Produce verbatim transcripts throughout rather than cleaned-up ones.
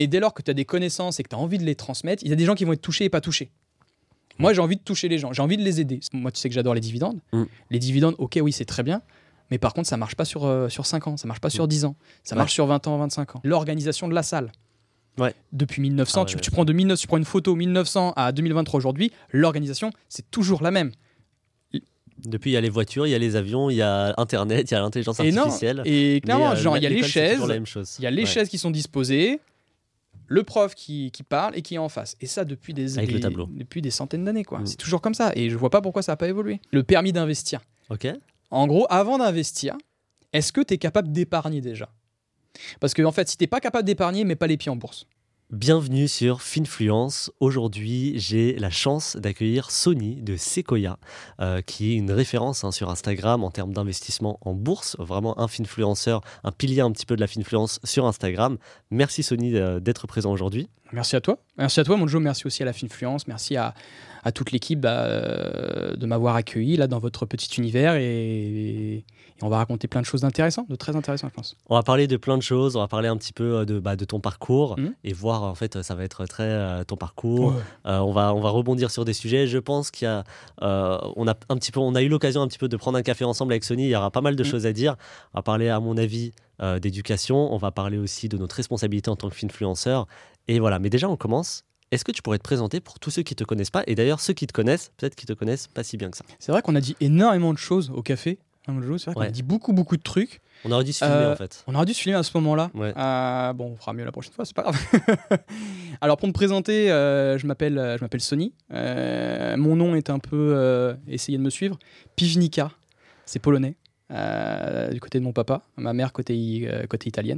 Et dès lors que tu as des connaissances et que tu as envie de les transmettre, il y a des gens qui vont être touchés et pas touchés. Moi, j'ai envie de toucher les gens, j'ai envie de les aider. Moi, tu sais que j'adore les dividendes. Mm. Les dividendes, ok, oui, c'est très bien. Mais par contre, ça marche pas sur, euh, sur cinq ans, ça marche pas sur dix ans, ça ouais. marche sur vingt ans, vingt-cinq ans. L'organisation de la salle. Ouais. Depuis mille neuf cents, ah ouais, tu, ouais. tu, prends de mille neuf cents, tu prends une photo mille neuf cents à deux mille vingt-trois aujourd'hui, l'organisation, c'est toujours la même. Depuis, il y a les voitures, il y a les avions, il y a Internet, il y a l'intelligence artificielle. Et, non, et clairement, genre, il y a les chaises, il y a les ouais. chaises qui sont disposées, le prof qui, qui parle et qui est en face. Et ça, depuis des, Avec des, le tableau. depuis des centaines d'années. Quoi. Mm. C'est toujours comme ça. Et je vois pas pourquoi ça n'a pas évolué. Le permis d'investir. Ok. En gros, avant d'investir, est-ce que tu es capable d'épargner déjà ? Parce que, en fait, si tu n'es pas capable d'épargner, mets pas les pieds en bourse. Bienvenue sur Finfluence. Aujourd'hui, j'ai la chance d'accueillir Sony de Sequoia, euh, qui est une référence hein, sur Instagram en termes d'investissement en bourse. Vraiment un finfluenceur, un pilier un petit peu de la finfluence sur Instagram. Merci Sony euh, d'être présent aujourd'hui. Merci à toi. Merci à toi, mon Joe. Merci aussi à la Finfluence. Merci à, à toute l'équipe bah, euh, de m'avoir accueilli là, dans votre petit univers. Et, et on va raconter plein de choses intéressantes, de très intéressantes, je pense. On va parler de plein de choses. On va parler un petit peu de, bah, de ton parcours mmh. et voir, en fait, ça va être très euh, ton parcours. Ouais. Euh, on, va, on va rebondir sur des sujets. Je pense qu'il y a, euh, on a un petit peu, on a eu l'occasion un petit peu de prendre un café ensemble avec Sony. Il y aura pas mal de mmh. choses à dire. On va parler, à mon avis, euh, d'éducation. On va parler aussi de notre responsabilité en tant que finfluenceur. Et voilà, mais déjà on commence. Est-ce que tu pourrais te présenter pour tous ceux qui ne te connaissent pas ? Et d'ailleurs, ceux qui te connaissent, peut-être qu'ils ne te connaissent pas si bien que ça. C'est vrai qu'on a dit énormément de choses au café. C'est vrai ouais. qu'on a dit beaucoup, beaucoup de trucs. On aurait dû se filmer euh, en fait. On aurait dû se filmer à ce moment-là. Ouais. Euh, bon, on fera mieux la prochaine fois, c'est pas grave. Alors pour me présenter, euh, je, m'appelle, je m'appelle Sony. Euh, mon nom est un peu, euh, essayez de me suivre, Piwnica. C'est polonais. Euh, du côté de mon papa, ma mère côté, euh, côté italienne.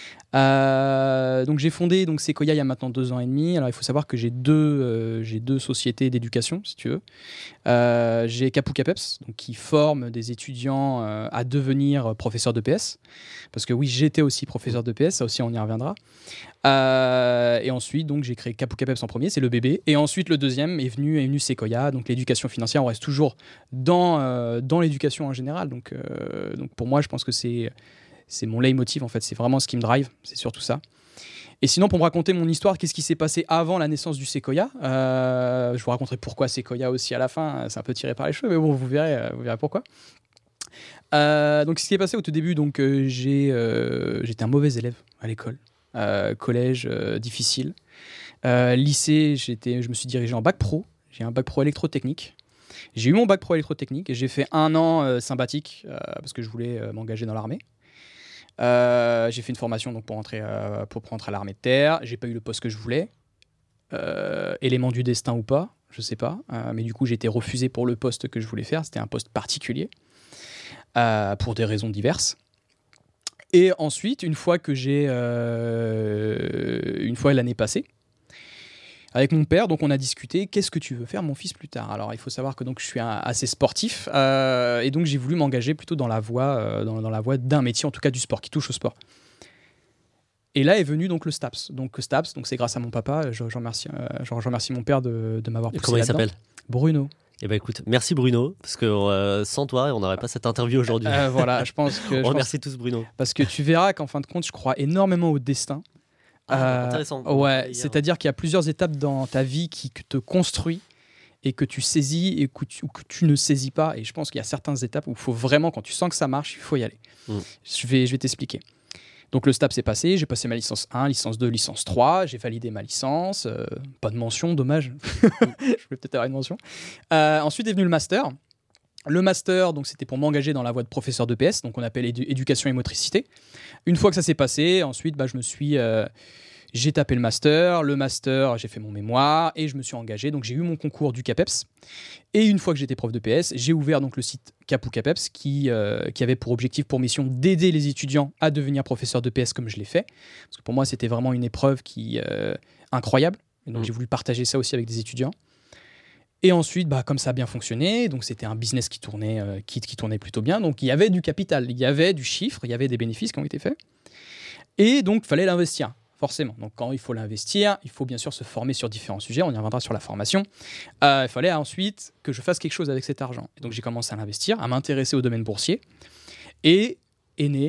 Euh, donc j'ai fondé donc Sequoia il y a maintenant deux ans et demi. Alors il faut savoir que j'ai deux, euh, j'ai deux sociétés d'éducation, si tu veux. Euh, j'ai Kapoukapeps, donc qui forme des étudiants euh, à devenir professeurs d'E P S. Parce que oui, j'étais aussi professeur d'E P S, ça aussi on y reviendra. Euh, et ensuite, donc j'ai créé Kapoukapeps en premier, c'est le bébé. Et ensuite le deuxième est venu, est venu Sequoia, donc l'éducation financière. On reste toujours dans, euh, dans l'éducation en général. Donc, euh, donc pour moi, je pense que c'est C'est mon leitmotiv, en fait. C'est vraiment ce qui me drive. C'est surtout ça. Et sinon, pour me raconter mon histoire, qu'est-ce qui s'est passé avant la naissance du Sequoia ? euh, Je vous raconterai pourquoi Sequoia aussi à la fin. C'est un peu tiré par les cheveux, mais bon, vous verrez, vous verrez pourquoi. Euh, donc, ce qui s'est passé au tout début, donc, euh, j'ai, euh, j'étais un mauvais élève à l'école. Euh, collège, euh, difficile. Euh, lycée, j'étais, je me suis dirigé en bac pro. J'ai un bac pro électrotechnique. J'ai eu mon bac pro électrotechnique et j'ai fait un an euh, sympathique euh, parce que je voulais euh, m'engager dans l'armée. Euh, j'ai fait une formation donc, pour, rentrer, euh, pour rentrer à l'armée de terre. J'ai pas eu le poste que je voulais. Euh, élément du destin ou pas, je sais pas. Euh, mais du coup, j'ai été refusé pour le poste que je voulais faire. C'était un poste particulier euh, pour des raisons diverses. Et ensuite, une fois que j'ai... Euh, une fois l'année passée, avec mon père, donc on a discuté, qu'est-ce que tu veux faire mon fils plus tard ? Alors il faut savoir que donc, je suis un, assez sportif euh, et donc j'ai voulu m'engager plutôt dans la voie, euh, dans, dans la voie d'un métier, en tout cas du sport, qui touche au sport. Et là est venu donc le STAPS. Donc STAPS, donc c'est grâce à mon papa, je, je, remercie, euh, je, je remercie mon père de, de m'avoir poussé Comment là-dedans. Il s'appelle ? Bruno. Eh ben écoute, merci Bruno, parce que euh, sans toi, on n'aurait pas cette interview aujourd'hui. Euh, voilà, je pense que... on je remercie pense, tous Bruno. Parce que tu verras qu'en fin de compte, je crois énormément au destin. Ah, euh, intéressant. Ouais, c'est-à-dire qu'il y a plusieurs étapes dans ta vie qui te construisent et que tu saisis et que tu, ou que tu ne saisis pas. Et je pense qu'il y a certaines étapes où il faut vraiment, quand tu sens que ça marche, il faut y aller. Mm. Je vais, je vais t'expliquer. Donc le STAPS s'est passé, j'ai passé ma licence un, licence deux, licence trois, j'ai validé ma licence. Euh, pas de mention, dommage. Je voulais peut-être avoir une mention. Euh, ensuite est venu le master. Le master, donc, c'était pour m'engager dans la voie de professeur d'E P S, donc on appelle édu- éducation et motricité. Une fois que ça s'est passé, ensuite, bah, je me suis, euh, j'ai tapé le master. Le master, j'ai fait mon mémoire et je me suis engagé. Donc j'ai eu mon concours du CAPEPS. Et une fois que j'étais prof d'E P S, j'ai ouvert donc le site Kapoukapeps qui, euh, qui avait pour objectif, pour mission d'aider les étudiants à devenir professeur d'E P S comme je l'ai fait. Parce que pour moi, c'était vraiment une épreuve qui euh, incroyable. Et donc mmh. j'ai voulu partager ça aussi avec des étudiants. Et ensuite, bah, comme ça a bien fonctionné, donc c'était un business qui tournait, euh, qui, qui tournait plutôt bien. Donc il y avait du capital, il y avait du chiffre, il y avait des bénéfices qui ont été faits. Et donc il fallait l'investir, forcément. Donc quand il faut l'investir, il faut bien sûr se former sur différents sujets. On y reviendra sur la formation. Euh, il fallait ensuite que je fasse quelque chose avec cet argent. Et donc j'ai commencé à l'investir, à m'intéresser au domaine boursier. Et est né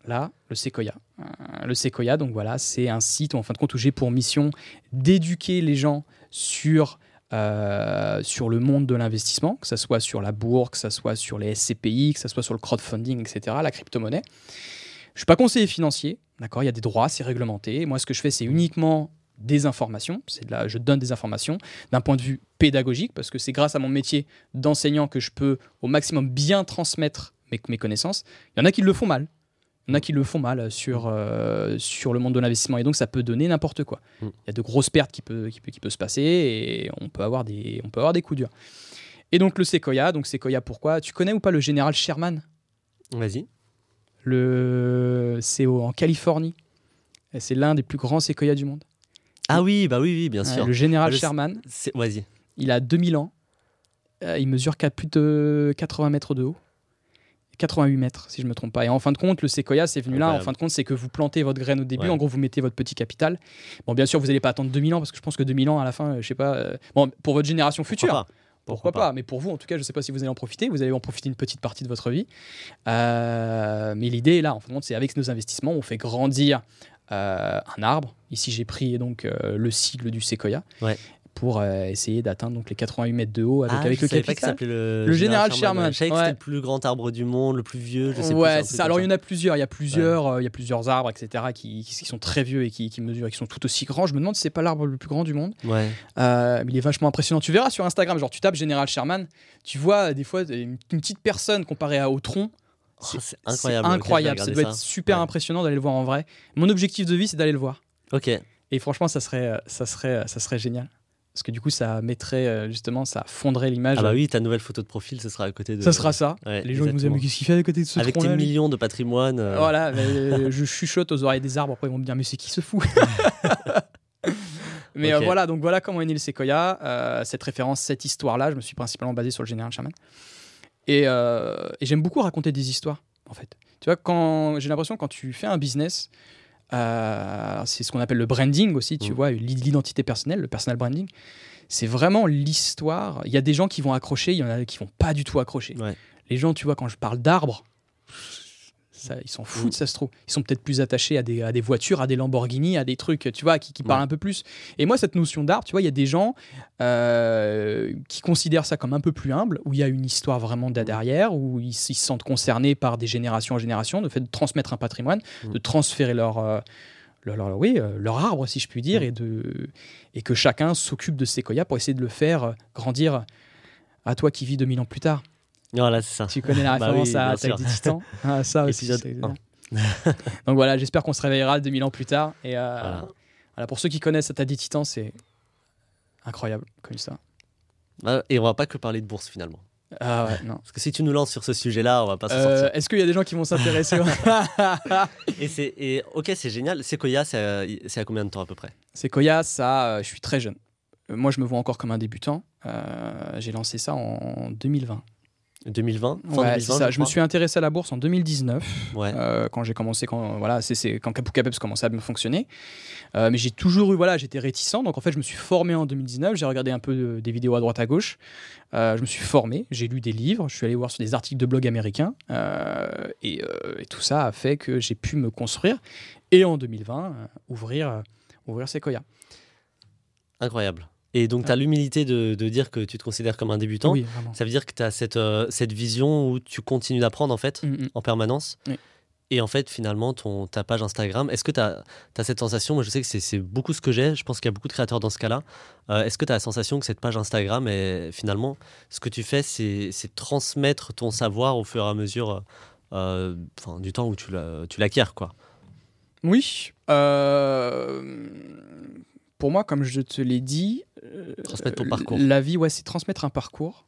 là, le Sequoia. Euh, le Sequoia, donc voilà, c'est un site où, en fin de compte, où j'ai pour mission d'éduquer les gens sur, euh, sur le monde de l'investissement, que ce soit sur la bourse, que ce soit sur les S C P I, que ce soit sur le crowdfunding, et cetera, la crypto-monnaie. Je ne suis pas conseiller financier, d'accord, il y a des droits, c'est réglementé. Moi, ce que je fais, c'est uniquement des informations. C'est de la, je donne des informations d'un point de vue pédagogique, parce que c'est grâce à mon métier d'enseignant que je peux au maximum bien transmettre mes, mes connaissances. Il y en a qui le font mal. Il y en a qui le font mal sur, euh, sur le monde de l'investissement. Et donc, ça peut donner n'importe quoi. Il y a de grosses pertes qui peuvent qui peut, qui peut se passer et on peut, avoir des, on peut avoir des coups durs. Et donc, le Sequoia. Donc, Sequoia, pourquoi ? Tu connais ou pas le général Sherman ? Vas-y. Le... C'est au, en Californie. Et c'est l'un des plus grands séquoias du monde. Ah oui, bah oui, oui, bien sûr. Ouais, le général le... Sherman. C'est... Vas-y. Il a deux mille ans. Euh, il mesure plus de quatre-vingts mètres de haut. quatre-vingt-huit mètres, si je ne me trompe pas. Et en fin de compte, le séquoia, c'est venu là. En fin de compte, c'est que vous plantez votre graine au début. Ouais. En gros, vous mettez votre petit capital. Bon, bien sûr, vous n'allez pas attendre deux mille ans, parce que je pense que deux mille ans, à la fin, je sais pas. Euh... Bon, pour votre génération future. Pourquoi pas Pourquoi, Pourquoi pas, pas Mais pour vous, en tout cas, je ne sais pas si vous allez en profiter. Vous allez en profiter une petite partie de votre vie. Euh, mais l'idée, là, en fin de compte, c'est avec nos investissements, on fait grandir euh, un arbre. Ici, j'ai pris donc euh, le cycle du séquoia ouais. pour euh, essayer d'atteindre donc les quatre-vingt-huit mètres de haut avec, ah, avec je le capital. Pas que ça s'appelait le, le général Sherman. Je savais que ouais. c'était le plus grand arbre du monde, le plus vieux. Je sais ouais, plus, c'est ça. Alors, il y en a plusieurs. Il y a plusieurs, ouais. euh, il y a plusieurs arbres, et cetera, qui, qui, qui sont très vieux et qui, qui mesurent, qui sont tout aussi grands. Je me demande si c'est pas l'arbre le plus grand du monde. Ouais. Euh, il est vachement impressionnant. Tu verras sur Instagram, genre tu tapes général Sherman, tu vois des fois une, une petite personne comparée à, au tronc. C'est, oh, c'est incroyable. C'est incroyable. Okay, ça doit ça. être super ouais. impressionnant d'aller le voir en vrai. Mon objectif de vie, c'est d'aller le voir. Ok. Et franchement, ça serait, ça serait, ça serait génial. Parce que du coup, ça mettrait justement, ça fondrait l'image. Ah bah oui, ta nouvelle photo de profil, ce sera à côté de. Ça sera ça. Ouais, les gens vont nous dire, mais qu'est-ce qu'il fait à côté de ce Avec tes millions de patrimoine. Euh... Voilà, mais je chuchote aux oreilles des arbres. Après, ils vont me dire, mais c'est qui se fout. Mais okay. euh, voilà, donc voilà comment est né le séquoia. Euh, cette référence, cette histoire-là, je me suis principalement basé sur le général Sherman. Et, euh, et j'aime beaucoup raconter des histoires, en fait. Tu vois, quand j'ai l'impression quand tu fais un business. Euh, c'est ce qu'on appelle le branding aussi, tu mmh. vois, l'identité personnelle, le personal branding. C'est vraiment l'histoire. Il y a des gens qui vont accrocher, il y en a qui vont pas du tout accrocher. Ouais. Les gens, tu vois, quand je parle d'arbres, ça, ils s'en foutent, mmh. ça se trouve. Ils sont peut-être plus attachés à des, à des voitures, à des Lamborghini, à des trucs, tu vois, qui, qui parlent ouais. un peu plus. Et moi, cette notion d'arbre, tu vois, il y a des gens euh, qui considèrent ça comme un peu plus humble, où il y a une histoire vraiment derrière, où ils, ils se sentent concernés par des générations en génération, le fait de transmettre un patrimoine, mmh. de transférer leur, euh, leur, leur, oui, euh, leur arbre, si je puis dire, mmh. et, de, et que chacun s'occupe de séquoia pour essayer de le faire grandir à toi qui vis deux mille ans plus tard. Voilà, c'est ça. Tu connais la référence bah oui, à Attaque des Titans. Ah, ça aussi, c'est donc voilà, j'espère qu'on se réveillera deux mille ans plus tard. Et euh, voilà. Voilà, pour ceux qui connaissent Attaque des Titans, c'est incroyable comme ça. Et on va pas que parler de bourse finalement. Ah ouais, non. Parce que si tu nous lances sur ce sujet-là, on va pas s'en euh, sortir. Est-ce qu'il y a des gens qui vont s'intéresser et, c'est, et ok, c'est génial. Sequoia, c'est à, c'est à combien de temps à peu près ? Sequoia, ça, euh, je suis très jeune. Euh, moi, je me vois encore comme un débutant. Euh, j'ai lancé ça en deux mille vingt. deux mille vingt, fin ouais, deux mille vingt, c'est ça. Je, je me suis intéressé à la bourse en deux mille dix-neuf, ouais. euh, quand j'ai commencé, quand voilà, c'est, c'est quand Kapouka Peps commençait à bien fonctionner. Euh, mais j'ai toujours eu, voilà, j'étais réticent. Donc en fait, je me suis formé en deux mille dix-neuf. J'ai regardé un peu de, des vidéos à droite à gauche. Euh, je me suis formé. J'ai lu des livres. Je suis allé voir sur des articles de blog américains. Euh, et, euh, et tout ça a fait que j'ai pu me construire. Et en deux mille vingt, euh, ouvrir, euh, ouvrir Sequoia. Incroyable. Et donc, tu as l'humilité de, de dire que tu te considères comme un débutant. Oui, vraiment. Ça veut dire que tu as cette, euh, cette vision où tu continues d'apprendre en fait, mm-hmm. en permanence. Oui. Et en fait, finalement, ton, ta page Instagram, est-ce que tu as cette sensation, moi je sais que c'est, c'est beaucoup ce que j'ai, je pense qu'il y a beaucoup de créateurs dans ce cas-là, euh, est-ce que tu as la sensation que cette page Instagram, est, finalement, ce que tu fais, c'est, c'est transmettre ton savoir au fur et à mesure euh, du temps où tu, la, tu l'acquiers, quoi ? Oui. Euh... Pour moi, comme je te l'ai dit, transmettre ton parcours. La vie, ouais, c'est transmettre un parcours.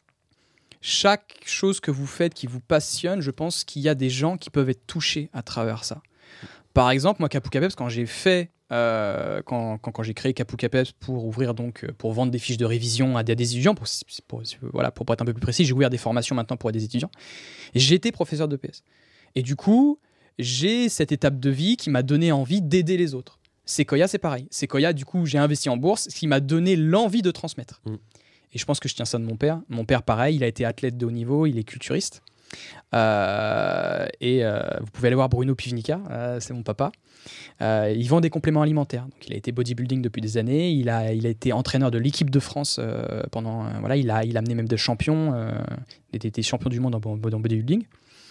Chaque chose que vous faites qui vous passionne, je pense qu'il y a des gens qui peuvent être touchés à travers ça. Par exemple, moi, Kapouka Peps, quand j'ai fait, euh, quand, quand, quand j'ai créé Kapouka Peps pour ouvrir donc pour vendre des fiches de révision à des, à des étudiants, pour, pour, voilà, pour être un peu plus précis, j'ai ouvert des formations maintenant pour des étudiants. J'étais professeur de P S. Et du coup, j'ai cette étape de vie qui m'a donné envie d'aider les autres. Sequoia, c'est pareil. Sequoia, du coup, j'ai investi en bourse, ce qui m'a donné l'envie de transmettre. Mmh. Et je pense que je tiens ça de mon père. Mon père, pareil, il a été athlète de haut niveau, il est culturiste. Euh, et euh, vous pouvez aller voir Bruno Pivnica, euh, c'est mon papa. Euh, il vend des compléments alimentaires. Donc, il a été bodybuilding depuis des années. Il a, il a été entraîneur de l'équipe de France euh, pendant. Euh, voilà, il a, il a amené même des champions. Euh, il était, était champion du monde en, en bodybuilding.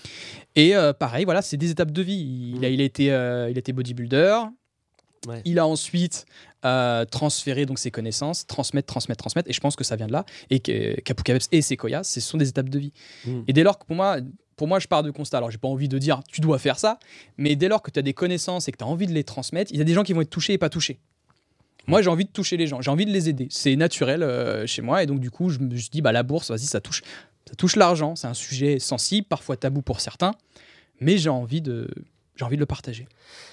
Et euh, pareil, voilà, c'est des étapes de vie. Il, a, il, a, été, euh, il a été bodybuilder. Ouais. Il a ensuite euh, transféré donc, ses connaissances, transmettre, transmettre, transmettre. Et je pense que ça vient de là. Et que Kapuka Peps et Sequoia, ce sont des étapes de vie. Mm. Et dès lors que pour moi. Pour moi, je pars de constat. Alors, j'ai pas envie de dire tu dois faire ça, mais dès lors que tu as des connaissances et que tu as envie de les transmettre, il y a des gens qui vont être touchés et pas touchés. Moi, j'ai envie de toucher les gens, j'ai envie de les aider. C'est naturel euh, chez moi. Et donc, du coup, je me dis, bah, la bourse, vas-y, ça touche, ça touche l'argent. C'est un sujet sensible, parfois tabou pour certains, mais j'ai envie de, j'ai envie de le partager.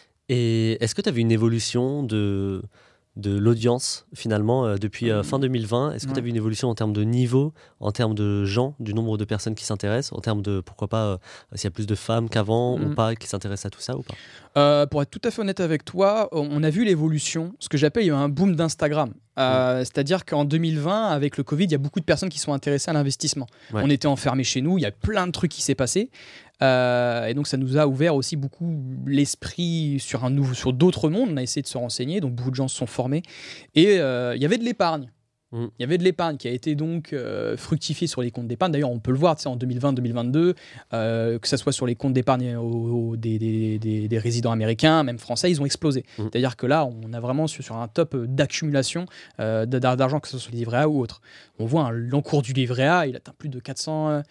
Et est-ce que tu as vu une évolution de. de l'audience finalement euh, depuis euh, fin deux mille vingt? Est-ce que ouais. tu as vu une évolution en termes de niveau, en termes de gens, du nombre de personnes qui s'intéressent, en termes de pourquoi pas euh, s'il y a plus de femmes qu'avant mmh. ou pas qui s'intéressent à tout ça ou pas? euh, Pour être tout à fait honnête avec toi, on a vu l'évolution, ce que j'appelle il y a eu un boom d'Instagram. Euh, mmh. C'est-à-dire qu'en deux mille vingt, avec le Covid, il y a beaucoup de personnes qui sont intéressées à l'investissement. Ouais. On était enfermés chez nous, il y a plein de trucs qui s'est passé. Euh, et donc ça nous a ouvert aussi beaucoup l'esprit sur, un nouveau, sur d'autres mondes. On a essayé de se renseigner, donc beaucoup de gens se sont formés. Et euh, il y avait de l'épargne. Mmh. Il y avait de l'épargne qui a été donc euh, fructifiée sur les comptes d'épargne. D'ailleurs, on peut le voir en deux mille vingt deux mille vingt-deux, euh, que ce soit sur les comptes d'épargne au, au, des, des, des, des résidents américains, même français, ils ont explosé. Mmh. C'est-à-dire que là, on a vraiment sur, sur un top d'accumulation euh, d'argent, que ce soit sur le livret A ou autre. On voit hein, l'encours du livret A, il atteint plus de quatre cents... Euh,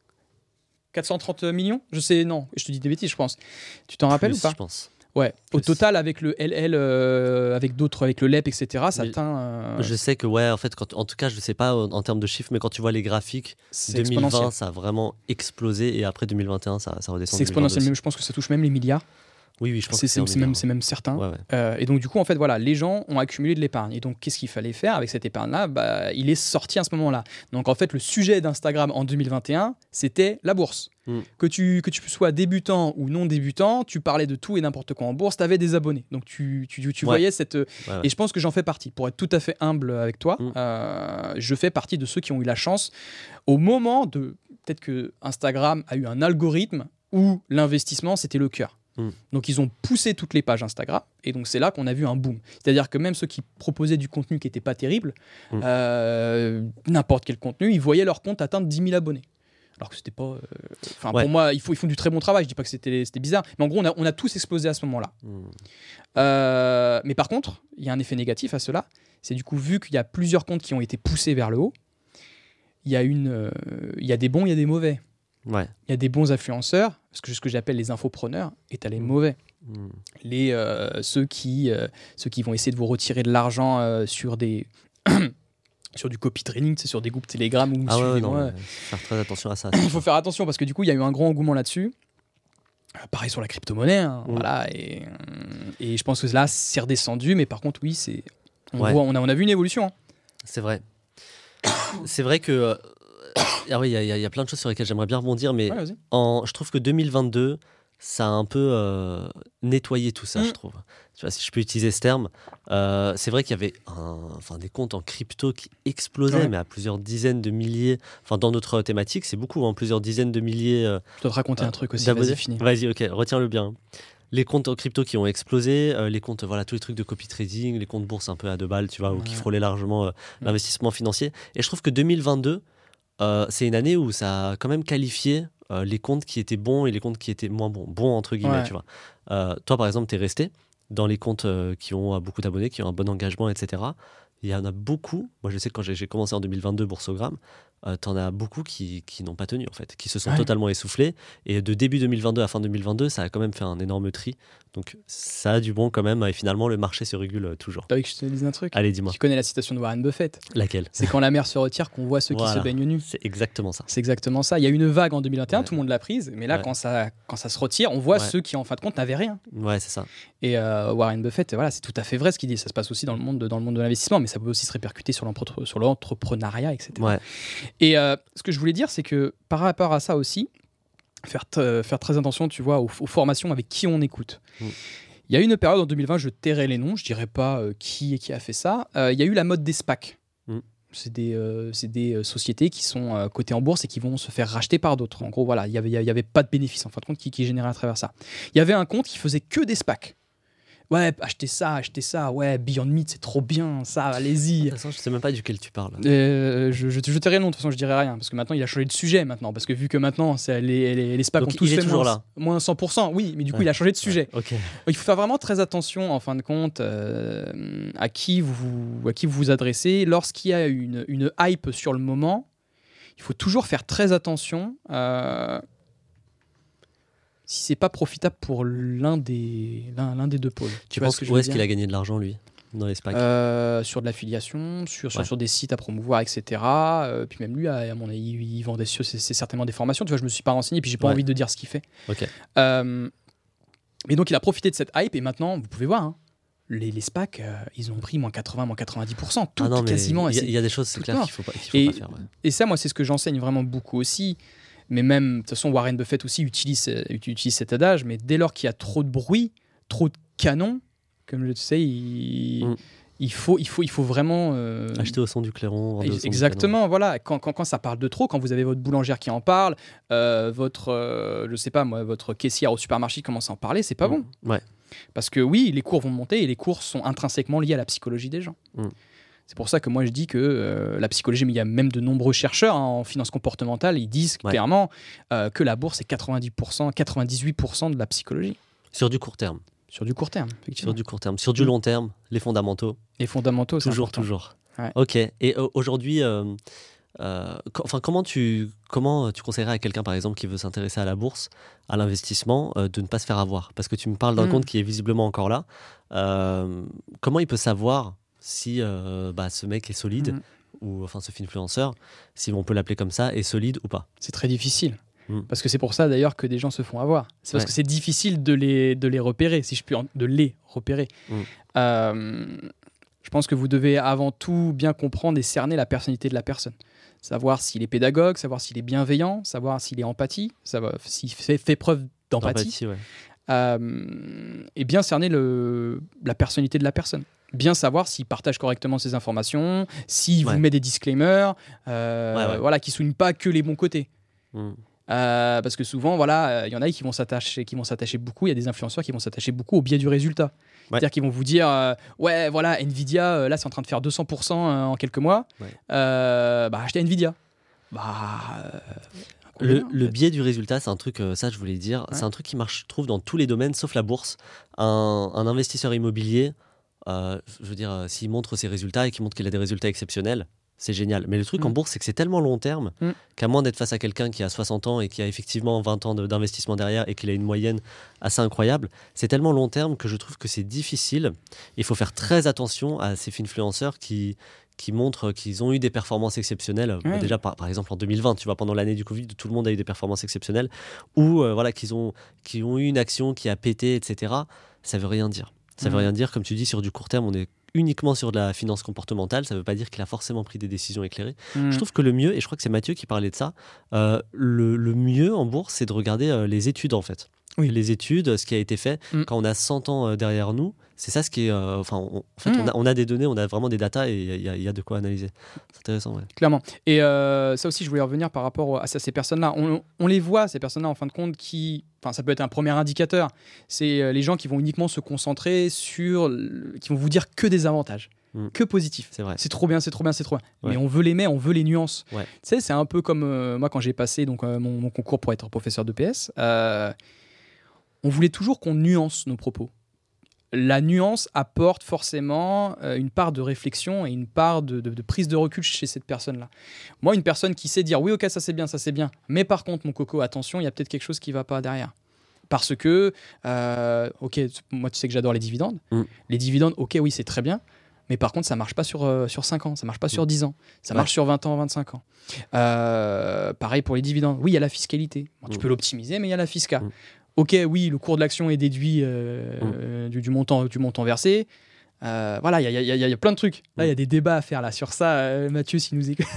quatre cent trente millions, je sais, non, je te dis des bêtises, je pense. Tu t'en rappelles ou pas? Je pense. Ouais. Plus. Au total, avec le L L, euh, avec d'autres, avec le L E P, et cetera, ça mais atteint. Euh... Je sais que ouais, en fait, quand, en tout cas, je sais pas en, en termes de chiffres, mais quand tu vois les graphiques, deux mille vingt, ça a vraiment explosé, et après deux mille vingt et un, ça, ça redescend. C'est exponentiel. Même, je pense que ça touche même les milliards. Oui, oui, je pense c'est, que c'est, c'est, même, c'est même certain. Ouais, ouais. Euh, et donc, du coup, en fait, voilà, les gens ont accumulé de l'épargne. Et donc, qu'est-ce qu'il fallait faire avec cette épargne-là? Bah, il est sorti à ce moment-là. Donc, en fait, le sujet d'Instagram en deux mille vingt et un, c'était la bourse. Mm. Que, tu, que tu sois débutant ou non débutant, tu parlais de tout et n'importe quoi en bourse, tu avais des abonnés. Donc, tu, tu, tu, tu ouais. voyais cette... Ouais, ouais. Et je pense que j'en fais partie. Pour être tout à fait humble avec toi, mm. euh, je fais partie de ceux qui ont eu la chance, au moment de... Peut-être que Instagram a eu un algorithme où l'investissement, c'était le cœur. Mmh. Donc ils ont poussé toutes les pages Instagram et donc c'est là qu'on a vu un boom. C'est-à-dire que même ceux qui proposaient du contenu qui n'était pas terrible, mmh. euh, n'importe quel contenu, ils voyaient leur compte atteindre dix mille abonnés. Alors que c'était pas... Enfin euh, ouais. pour moi, ils font, ils font du très bon travail, je dis pas que c'était, c'était bizarre, mais en gros on a, on a tous explosé à ce moment-là. Mmh. Euh, mais par contre, il y a un effet négatif à cela, c'est du coup vu qu'il y a plusieurs comptes qui ont été poussés vers le haut, il y a, une, euh, il y a des bons, il y a des mauvais. Ouais. Il y a des bons influenceurs, ce que, ce que j'appelle les infopreneurs, et tu as les mmh. mauvais. Mmh. Les, euh, ceux, qui, euh, ceux qui vont essayer de vous retirer de l'argent euh, sur, des sur du copy trading, sur des groupes Telegram. Ou ah ouais, non, ouais. Faire très attention à ça. Il faut faire attention parce que du coup, il y a eu un grand engouement là-dessus. Pareil sur la crypto-monnaie. Hein, mmh. voilà, et, et je pense que là, c'est redescendu, mais par contre, oui, c'est, on, ouais. voit, on, a, on a vu une évolution. Hein. C'est vrai. C'est vrai que... Ah oui, il y, y a plein de choses sur lesquelles j'aimerais bien rebondir, mais ouais, en, je trouve que deux mille vingt-deux, ça a un peu euh, nettoyé tout ça, mmh. je trouve. Tu vois, si je peux utiliser ce terme, euh, c'est vrai qu'il y avait un, enfin, des comptes en crypto qui explosaient, ouais. mais à plusieurs dizaines de milliers. Enfin, dans notre thématique, c'est beaucoup, hein, plusieurs dizaines de milliers. Euh, je dois te raconter euh, un truc aussi. Vas-y, fini. Vas-y, ok, retiens-le bien. Les comptes en crypto qui ont explosé, euh, les comptes, voilà, tous les trucs de copy trading, les comptes bourse un peu à deux balles, tu vois, ouais. ou qui frôlaient largement euh, mmh. l'investissement financier. Et je trouve que deux mille vingt-deux, Euh, c'est une année où ça a quand même qualifié euh, les comptes qui étaient bons et les comptes qui étaient moins bons, bons entre guillemets, ouais. tu vois. Euh, toi, par exemple, tu es resté dans les comptes euh, qui ont euh, beaucoup d'abonnés, qui ont un bon engagement, et cetera. Il y en a beaucoup. Moi, je sais que quand j'ai, j'ai commencé en deux mille vingt-deux Boursogramme, euh, t'en as beaucoup qui, qui n'ont pas tenu, en fait, qui se sont ouais. totalement essoufflés. Et de début deux mille vingt-deux à fin deux mille vingt-deux, ça a quand même fait un énorme tri. Donc, ça a du bon quand même. Et finalement, le marché se régule toujours. T'as envie que je te dise un truc? Allez, dis-moi. Tu connais la citation de Warren Buffett? Laquelle? C'est quand la mer se retire qu'on voit ceux voilà. qui se baignent nus. C'est exactement ça. C'est exactement ça. Il y a eu une vague en deux mille vingt et un, ouais. tout le monde l'a prise. Mais là, ouais. quand, ça, quand ça se retire, on voit ouais. ceux qui, en fin de compte, n'avaient rien. Ouais, c'est ça. Et euh, Warren Buffett, voilà, c'est tout à fait vrai ce qu'il dit. Ça se passe aussi dans le monde de, dans le monde de l'investissement, mais ça peut aussi se répercuter sur, l'entre- sur l'entrepreneuriat, et cetera. Ouais. Et euh, ce que je voulais dire, c'est que par rapport à ça aussi, faire, t- faire très attention, tu vois, aux, aux formations avec qui on écoute. Mm. Il y a eu une période en deux mille vingt, je tairai les noms, je dirais pas euh, qui et qui a fait ça. Euh, il y a eu la mode des SPAC. Mm. C'est des, euh, c'est des sociétés qui sont euh, cotées en bourse et qui vont se faire racheter par d'autres. En gros, voilà, il n'y avait, il y avait pas de bénéfice en fin de compte qui, qui est généré à travers ça. Il y avait un compte qui faisait que des SPAC. Ouais, achetez ça, achetez ça, ouais, Beyond Meat, c'est trop bien, ça, allez-y. De toute façon, je sais même pas duquel tu parles. Euh, je, je, je tairai le nom, de toute façon, je dirai rien, parce que maintenant, il a changé de sujet, maintenant, parce que vu que maintenant, c'est, les, les, les SPAC Donc, ont tous il est fait toujours moins, là. moins cent pour cent, oui, mais du coup, ouais. il a changé de sujet. Ouais. Okay. Il faut faire vraiment très attention, en fin de compte, euh, à, qui vous, à qui vous vous adressez. Lorsqu'il y a une, une hype sur le moment, il faut toujours faire très attention. Euh, si c'est pas profitable pour l'un des, l'un, l'un des deux pôles. Tu, tu penses que où est-ce qu'il a gagné de l'argent, lui, dans les SPAC euh, Sur de l'affiliation, sur, sur, ouais. sur des sites à promouvoir, et cetera. Euh, puis même lui, à, à mon avis, il vend des, c'est, c'est certainement des formations. Tu vois, je me suis pas renseigné, puis j'ai pas ouais. envie de dire ce qu'il fait. Okay. Euh, et donc, il a profité de cette hype, et maintenant, vous pouvez voir, hein, les, les SPAC, euh, ils ont pris moins quatre-vingts, moins quatre-vingt-dix pour cent. Tout, ah non, quasiment. Il y, y a des choses, c'est clair, qu'il faut pas, qu'il faut et, pas faire. Ouais. Et ça, moi, c'est ce que j'enseigne vraiment beaucoup aussi. Mais même, de toute façon, Warren Buffett aussi utilise, utilise cet adage, mais dès lors qu'il y a trop de bruit, trop de canons, comme je sais, il, mm. il, faut, il, faut, il faut vraiment... Euh... Acheter au son du clairon. Au son Exactement, du voilà. Quand, quand, quand ça parle de trop, quand vous avez votre boulangère qui en parle, euh, votre, euh, je sais pas moi, votre caissière au supermarché qui commence à en parler, c'est pas mm. bon. Ouais. Parce que oui, les cours vont monter et les cours sont intrinsèquement liés à la psychologie des gens. Mm. C'est pour ça que moi je dis que euh, la psychologie, mais il y a même de nombreux chercheurs hein, en finance comportementale, ils disent ouais. clairement euh, que la bourse est quatre-vingt-dix pour cent, quatre-vingt-dix-huit pour cent de la psychologie. Sur du court terme. Sur du court terme, effectivement. Sur du court terme. Sur du long terme, les fondamentaux. Les fondamentaux, c'est toujours, important. toujours. Ouais. Ok. Et euh, aujourd'hui, euh, euh, co- enfin, comment tu comment tu conseillerais à quelqu'un, par exemple, qui veut s'intéresser à la bourse, à l'investissement, euh, de ne pas se faire avoir ? Parce que tu me parles d'un mmh. compte qui est visiblement encore là. Euh, comment il peut savoir si euh, bah, ce mec est solide, mmh. ou enfin ce influenceur, si on peut l'appeler comme ça, est solide ou pas ? C'est très difficile. Mmh. Parce que c'est pour ça d'ailleurs que des gens se font avoir. C'est parce ouais. que c'est difficile de les, de les repérer, si je puis en, de les repérer. Mmh. Euh, je pense que vous devez avant tout bien comprendre et cerner la personnalité de la personne. Savoir s'il est pédagogue, savoir s'il est bienveillant, savoir s'il est empathie, savoir s'il fait, fait preuve d'empathie. d'empathie ouais. euh, et bien cerner le, la personnalité de la personne. Bien savoir s'il partage correctement ses informations, s'il ouais. vous met des disclaimers, euh, ouais, ouais. voilà, qui ne soulignent pas que les bons côtés. Mmh. Euh, parce que souvent, voilà, il y en a qui vont s'attacher, qui vont s'attacher beaucoup. Il y a des influenceurs qui vont s'attacher beaucoup au biais du résultat. Ouais. C'est-à-dire qu'ils vont vous dire, euh, ouais, voilà, Nvidia, euh, là, c'est en train de faire deux cents pour cent euh, en quelques mois. Ouais. Euh, bah, achetez Nvidia. Bah. Euh, Le, bien, le biais du résultat, c'est un truc, euh, ça je voulais dire, ouais. c'est un truc qui marche, je trouve, dans tous les domaines, sauf la bourse. Un, un investisseur immobilier, euh, je veux dire, euh, s'il montre ses résultats et qu'il montre qu'il a des résultats exceptionnels, c'est génial. Mais le truc mmh. en bourse, c'est que c'est tellement long terme mmh. qu'à moins d'être face à quelqu'un qui a soixante ans et qui a effectivement vingt ans de, d'investissement derrière et qu'il a une moyenne assez incroyable, c'est tellement long terme que je trouve que c'est difficile. Il faut faire très attention à ces influenceurs qui... qui montrent qu'ils ont eu des performances exceptionnelles. Ouais. Déjà, par, par exemple, en deux mille vingt, tu vois, pendant l'année du Covid, tout le monde a eu des performances exceptionnelles. Ou euh, voilà, qu'ils ont, qu'ils ont eu une action qui a pété, et cetera. Ça ne veut rien dire. Ça ne mmh. veut rien dire. Comme tu dis, sur du court terme, on est uniquement sur de la finance comportementale. Ça ne veut pas dire qu'il a forcément pris des décisions éclairées. Mmh. Je trouve que le mieux, et je crois que c'est Mathieu qui parlait de ça, euh, le, le mieux en bourse, c'est de regarder euh, les études, en fait. Oui. Les études, ce qui a été fait mmh. quand on a cent ans euh, derrière nous, c'est ça ce qui est. Euh, enfin, on, en fait, mmh. on, a, on a des données, on a vraiment des datas et il y, y, y a de quoi analyser. C'est intéressant, ouais. Clairement. Et euh, ça aussi, je voulais revenir par rapport à, à ces personnes-là. On, on les voit, ces personnes-là, en fin de compte, qui. Enfin, ça peut être un premier indicateur. C'est euh, les gens qui vont uniquement se concentrer sur. Qui vont vous dire que des avantages. Mmh. Que positif. C'est vrai. C'est trop bien, c'est trop bien, c'est trop bien. Ouais. Mais on veut les mais, on veut les nuances. Ouais. Tu sais, c'est un peu comme euh, moi quand j'ai passé donc, euh, mon, mon concours pour être professeur de P S. Euh, on voulait toujours qu'on nuance nos propos. La nuance apporte forcément euh, une part de réflexion et une part de, de, de prise de recul chez cette personne-là. Moi, une personne qui sait dire oui, ok, ça c'est bien, ça c'est bien, mais par contre, mon coco, attention, il y a peut-être quelque chose qui ne va pas derrière. Parce que, euh, ok, moi tu sais que j'adore les dividendes. Mm. Les dividendes, ok, oui, c'est très bien, mais par contre, ça ne marche pas sur, euh, sur cinq ans, ça ne marche pas mm. sur dix ans, ça ouais. marche sur vingt ans, vingt-cinq ans. Euh, pareil pour les dividendes. Oui, il y a la fiscalité. Bon, tu mm. peux l'optimiser, mais il y a la fisca. Mm. Ok, oui, le cours de l'action est déduit euh, mmh. euh, du, du, montant, du montant versé. Euh, voilà, il y, y, y, y a plein de trucs. Là, il mmh. y a des débats à faire là, sur ça. Euh, Mathieu, s'il nous écoute.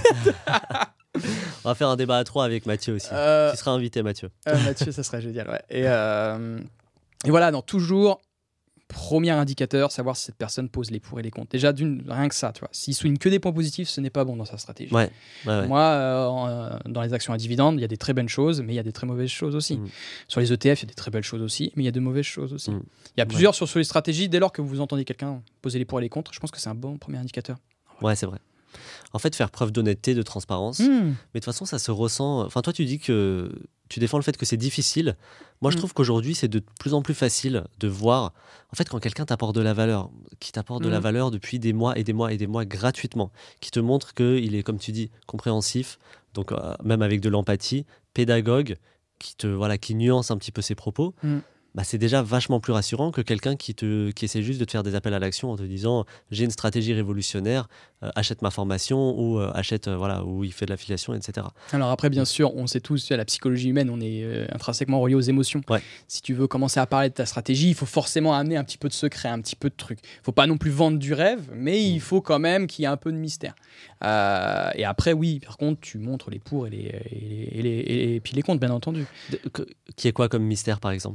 On va faire un débat à trois avec Mathieu aussi. Euh, tu seras invité, Mathieu. Euh, Mathieu, ça serait génial. Ouais. Et, euh, et voilà, non, toujours Premier indicateur, savoir si cette personne pose les pour et les contre. Déjà, d'une, rien que ça, tu vois. S'il souligne que des points positifs, ce n'est pas bon dans sa stratégie. Ouais, ouais, ouais. Moi, euh, en, dans les actions à dividendes, il y a des très bonnes choses, mais il y a des très mauvaises choses aussi. Mmh. Sur les E T F, il y a des très belles choses aussi, mais il y a de mauvaises choses aussi. Mmh. Il y a plusieurs ouais. sur, sur les stratégies. Dès lors que vous entendez quelqu'un poser les pour et les contre, je pense que c'est un bon premier indicateur. Ouais, c'est vrai. En fait, faire preuve d'honnêteté, de transparence. Mmh. Mais de toute façon, ça se ressent. Enfin, toi, tu dis que tu défends le fait que c'est difficile. Moi, je mmh. trouve qu'aujourd'hui, c'est de plus en plus facile de voir. En fait, quand quelqu'un t'apporte de la valeur, qui t'apporte mmh. de la valeur depuis des mois et des mois et des mois gratuitement, qui te montre qu'il est, comme tu dis, compréhensif, donc euh, même avec de l'empathie, pédagogue, qui te voilà, qui nuance un petit peu ses propos. Mmh. Bah, c'est déjà vachement plus rassurant que quelqu'un qui, te, qui essaie juste de te faire des appels à l'action en te disant j'ai une stratégie révolutionnaire, euh, achète ma formation ou euh, achète, euh, voilà, où il fait de l'affiliation, et cetera. Alors après, bien sûr, on sait tous, la psychologie humaine, on est euh, intrinsèquement relié aux émotions. Ouais. Si tu veux commencer à parler de ta stratégie, il faut forcément amener un petit peu de secret, un petit peu de truc. Il ne faut pas non plus vendre du rêve, mais mmh. il faut quand même qu'il y ait un peu de mystère. Euh, et après, oui, par contre, tu montres les pour et les, et les, et les, et, et puis les contre, bien entendu. De, que, qui est quoi comme mystère, par exemple ?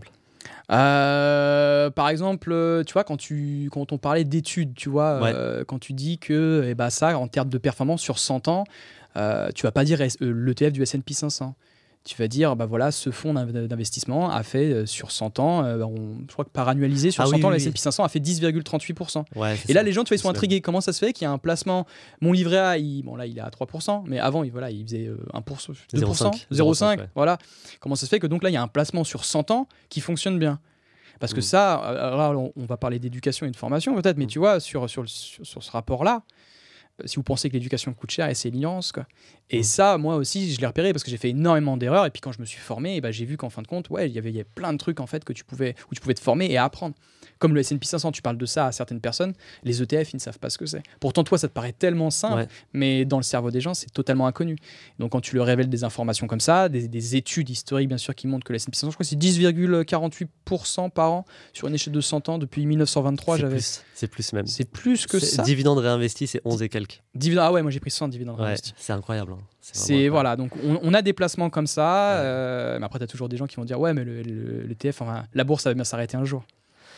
Euh, par exemple, tu vois, quand, tu, quand on parlait d'études, tu vois, ouais. euh, quand tu dis que eh ben, ça, en termes de performance sur cent ans, euh, tu vas pas dire euh, l'E T F du S and P cinq cents. Tu vas dire, bah voilà, ce fonds d'investissement a fait euh, sur cent ans, euh, on, je crois que par annualisé, sur ah, cent oui, ans, oui, le S and P cinq cents a fait dix virgule trente-huit pour cent. Ouais, et là, ça. Les gens, tu vois, ils sont intrigués. Même. Comment ça se fait qu'il y a un placement, mon livret A, il, bon là, il est à trois pour cent, mais avant, il, voilà, il faisait euh, un pour cent, deux pour cent, zéro virgule cinq, ouais. Voilà. Comment ça se fait que donc là, il y a un placement sur cent ans qui fonctionne bien? Parce que mmh. ça, alors, on va parler d'éducation et de formation peut-être, mais mmh. tu vois, sur, sur, sur, sur ce rapport-là, si vous pensez que l'éducation coûte cher, et c'est l'ignorance, quoi. Et mmh. ça, moi aussi, je l'ai repéré parce que j'ai fait énormément d'erreurs. Et puis quand je me suis formé, et bah, j'ai vu qu'en fin de compte, ouais, il y avait, il y avait plein de trucs en fait que tu pouvais, où tu pouvais te former et apprendre. Comme le S and P cinq cents, tu parles de ça à certaines personnes, les E T F, ils ne savent pas ce que c'est. Pourtant, toi, ça te paraît tellement simple, ouais. mais dans le cerveau des gens, c'est totalement inconnu. Donc, quand tu leur révèles des informations comme ça, des, des études historiques, bien sûr, qui montrent que le S and P cinq cents, je crois que c'est dix virgule quarante-huit pour cent par an sur une échelle de cent ans depuis mille neuf cent vingt-trois. C'est j'avais... plus, c'est plus même. C'est plus que c'est, ça. Dividendes réinvestis, c'est onze et quelques. Dividende, ah ouais, moi j'ai pris cent dividendes ouais, réinvestis. C'est incroyable. Hein. C'est, c'est voilà, donc on, on a des placements comme ça, ouais. euh, mais après tu as toujours des gens qui vont dire ouais, mais le, le, le T F, enfin, la bourse, ça va bien s'arrêter un jour.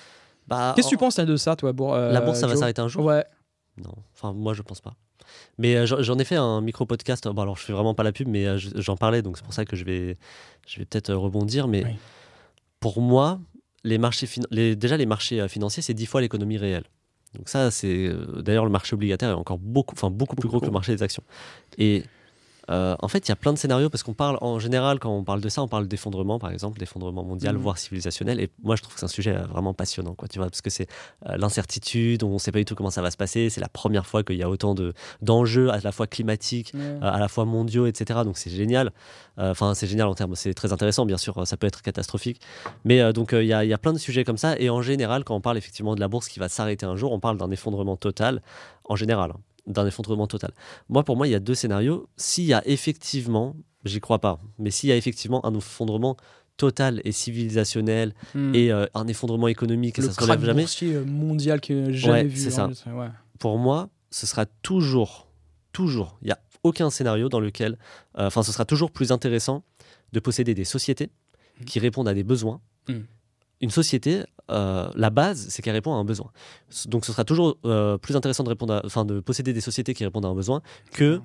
Bah, Qu'est-ce que en... tu penses de ça, toi, Bour, euh, La bourse, ça Joe va s'arrêter un jour ? Ouais. Non, enfin moi je pense pas. Mais euh, j'en ai fait un micro-podcast, bon alors je fais vraiment pas la pub, mais euh, j'en parlais, donc c'est pour ça que je vais, je vais peut-être rebondir, mais oui. Pour moi, les marchés fin... les... déjà les marchés financiers, c'est dix fois l'économie réelle. Donc ça, c'est... D'ailleurs, le marché obligataire est encore beaucoup, enfin, beaucoup plus gros que le marché des actions. Et euh, en fait, il y a plein de scénarios, parce qu'on parle, en général, quand on parle de ça, on parle d'effondrement, par exemple, d'effondrement mondial, mmh. voire civilisationnel. Et moi, je trouve que c'est un sujet vraiment passionnant, quoi, tu vois, parce que c'est euh, l'incertitude, on ne sait pas du tout comment ça va se passer. C'est la première fois qu'il y a autant de, d'enjeux, à la fois climatiques, mmh. euh, à la fois mondiaux, et cetera. Donc c'est génial. Enfin, euh, c'est génial en termes, c'est très intéressant, bien sûr, ça peut être catastrophique. Mais euh, donc, il euh, y, a, y a plein de sujets comme ça. Et en général, quand on parle effectivement de la bourse qui va s'arrêter un jour, on parle d'un effondrement total, en général. Hein. D'un effondrement total. Moi, pour moi, il y a deux scénarios. S'il y a effectivement, j'y crois pas, mais s'il y a effectivement un effondrement total et civilisationnel mmh. et euh, un effondrement économique, le et ça se relève jamais. Le boursier mondial que j'ai jamais ouais, vu. C'est hein, ça. Ouais. Pour moi, ce sera toujours, toujours, il n'y a aucun scénario dans lequel, enfin, euh, ce sera toujours plus intéressant de posséder des sociétés mmh. qui répondent à des besoins. Mmh. Une société, euh, la base, c'est qu'elle répond à un besoin. Donc, ce sera toujours euh, plus intéressant de, répondre à, enfin, de posséder des sociétés qui répondent à un besoin que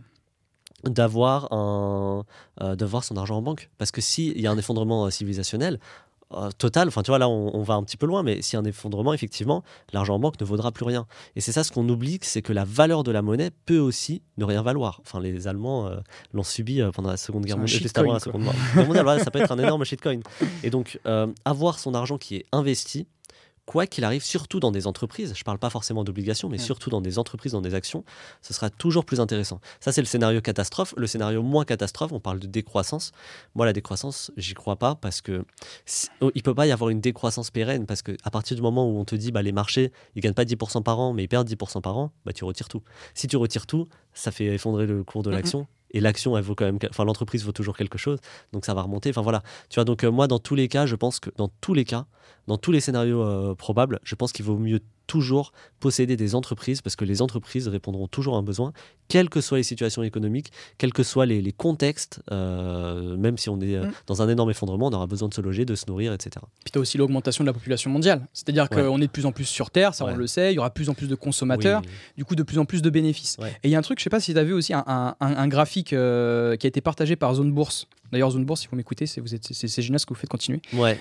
d'avoir, un, euh, d'avoir son argent en banque. Parce que s'il y a un effondrement euh, civilisationnel, euh, total, enfin tu vois là on, on va un petit peu loin, mais s'il y a un effondrement, effectivement, l'argent en banque ne vaudra plus rien. Et c'est ça ce qu'on oublie, c'est que la valeur de la monnaie peut aussi ne rien valoir. Enfin les Allemands euh, l'ont subi euh, pendant la Seconde Guerre mondiale, juste avant la Seconde Guerre mondiale, voilà, ça peut être un énorme shitcoin. Et donc euh, avoir son argent qui est investi, quoi qu'il arrive, surtout dans des entreprises, je ne parle pas forcément d'obligations, mais ouais. surtout dans des entreprises, dans des actions, ce sera toujours plus intéressant. Ça, c'est le scénario catastrophe. Le scénario moins catastrophe, on parle de décroissance. Moi, la décroissance, j'y crois pas parce que oh, il peut pas y avoir une décroissance pérenne parce qu'à partir du moment où on te dit bah, les marchés, ils gagnent pas dix pour cent par an, mais ils perdent dix pour cent par an, bah, tu retires tout. Si tu retires tout, ça fait effondrer le cours de l'action. Mm-hmm. Et l'action, elle vaut quand même, enfin l'entreprise vaut toujours quelque chose, donc ça va remonter. Enfin voilà, tu vois. Donc euh, moi, dans tous les cas, je pense que dans tous les cas, dans tous les scénarios euh, probables, je pense qu'il vaut mieux toujours posséder des entreprises parce que les entreprises répondront toujours à un besoin, quelles que soient les situations économiques, quels que soient les, les contextes, euh, même si on est euh, mmh. dans un énorme effondrement, on aura besoin de se loger, de se nourrir, et cetera. Puis tu as aussi l'augmentation de la population mondiale. C'est-à-dire ouais. qu'on est de plus en plus sur Terre, ça ouais. on le sait, il y aura de plus en plus de consommateurs, oui. du coup de plus en plus de bénéfices. Ouais. Et il y a un truc, je ne sais pas si tu as vu aussi, un, un, un graphique euh, qui a été partagé par Zone Bourse. D'ailleurs, Zone Bourse, si vous m'écoutez, c'est, vous êtes, c'est, c'est génial ce que vous faites, continuer. Ouais.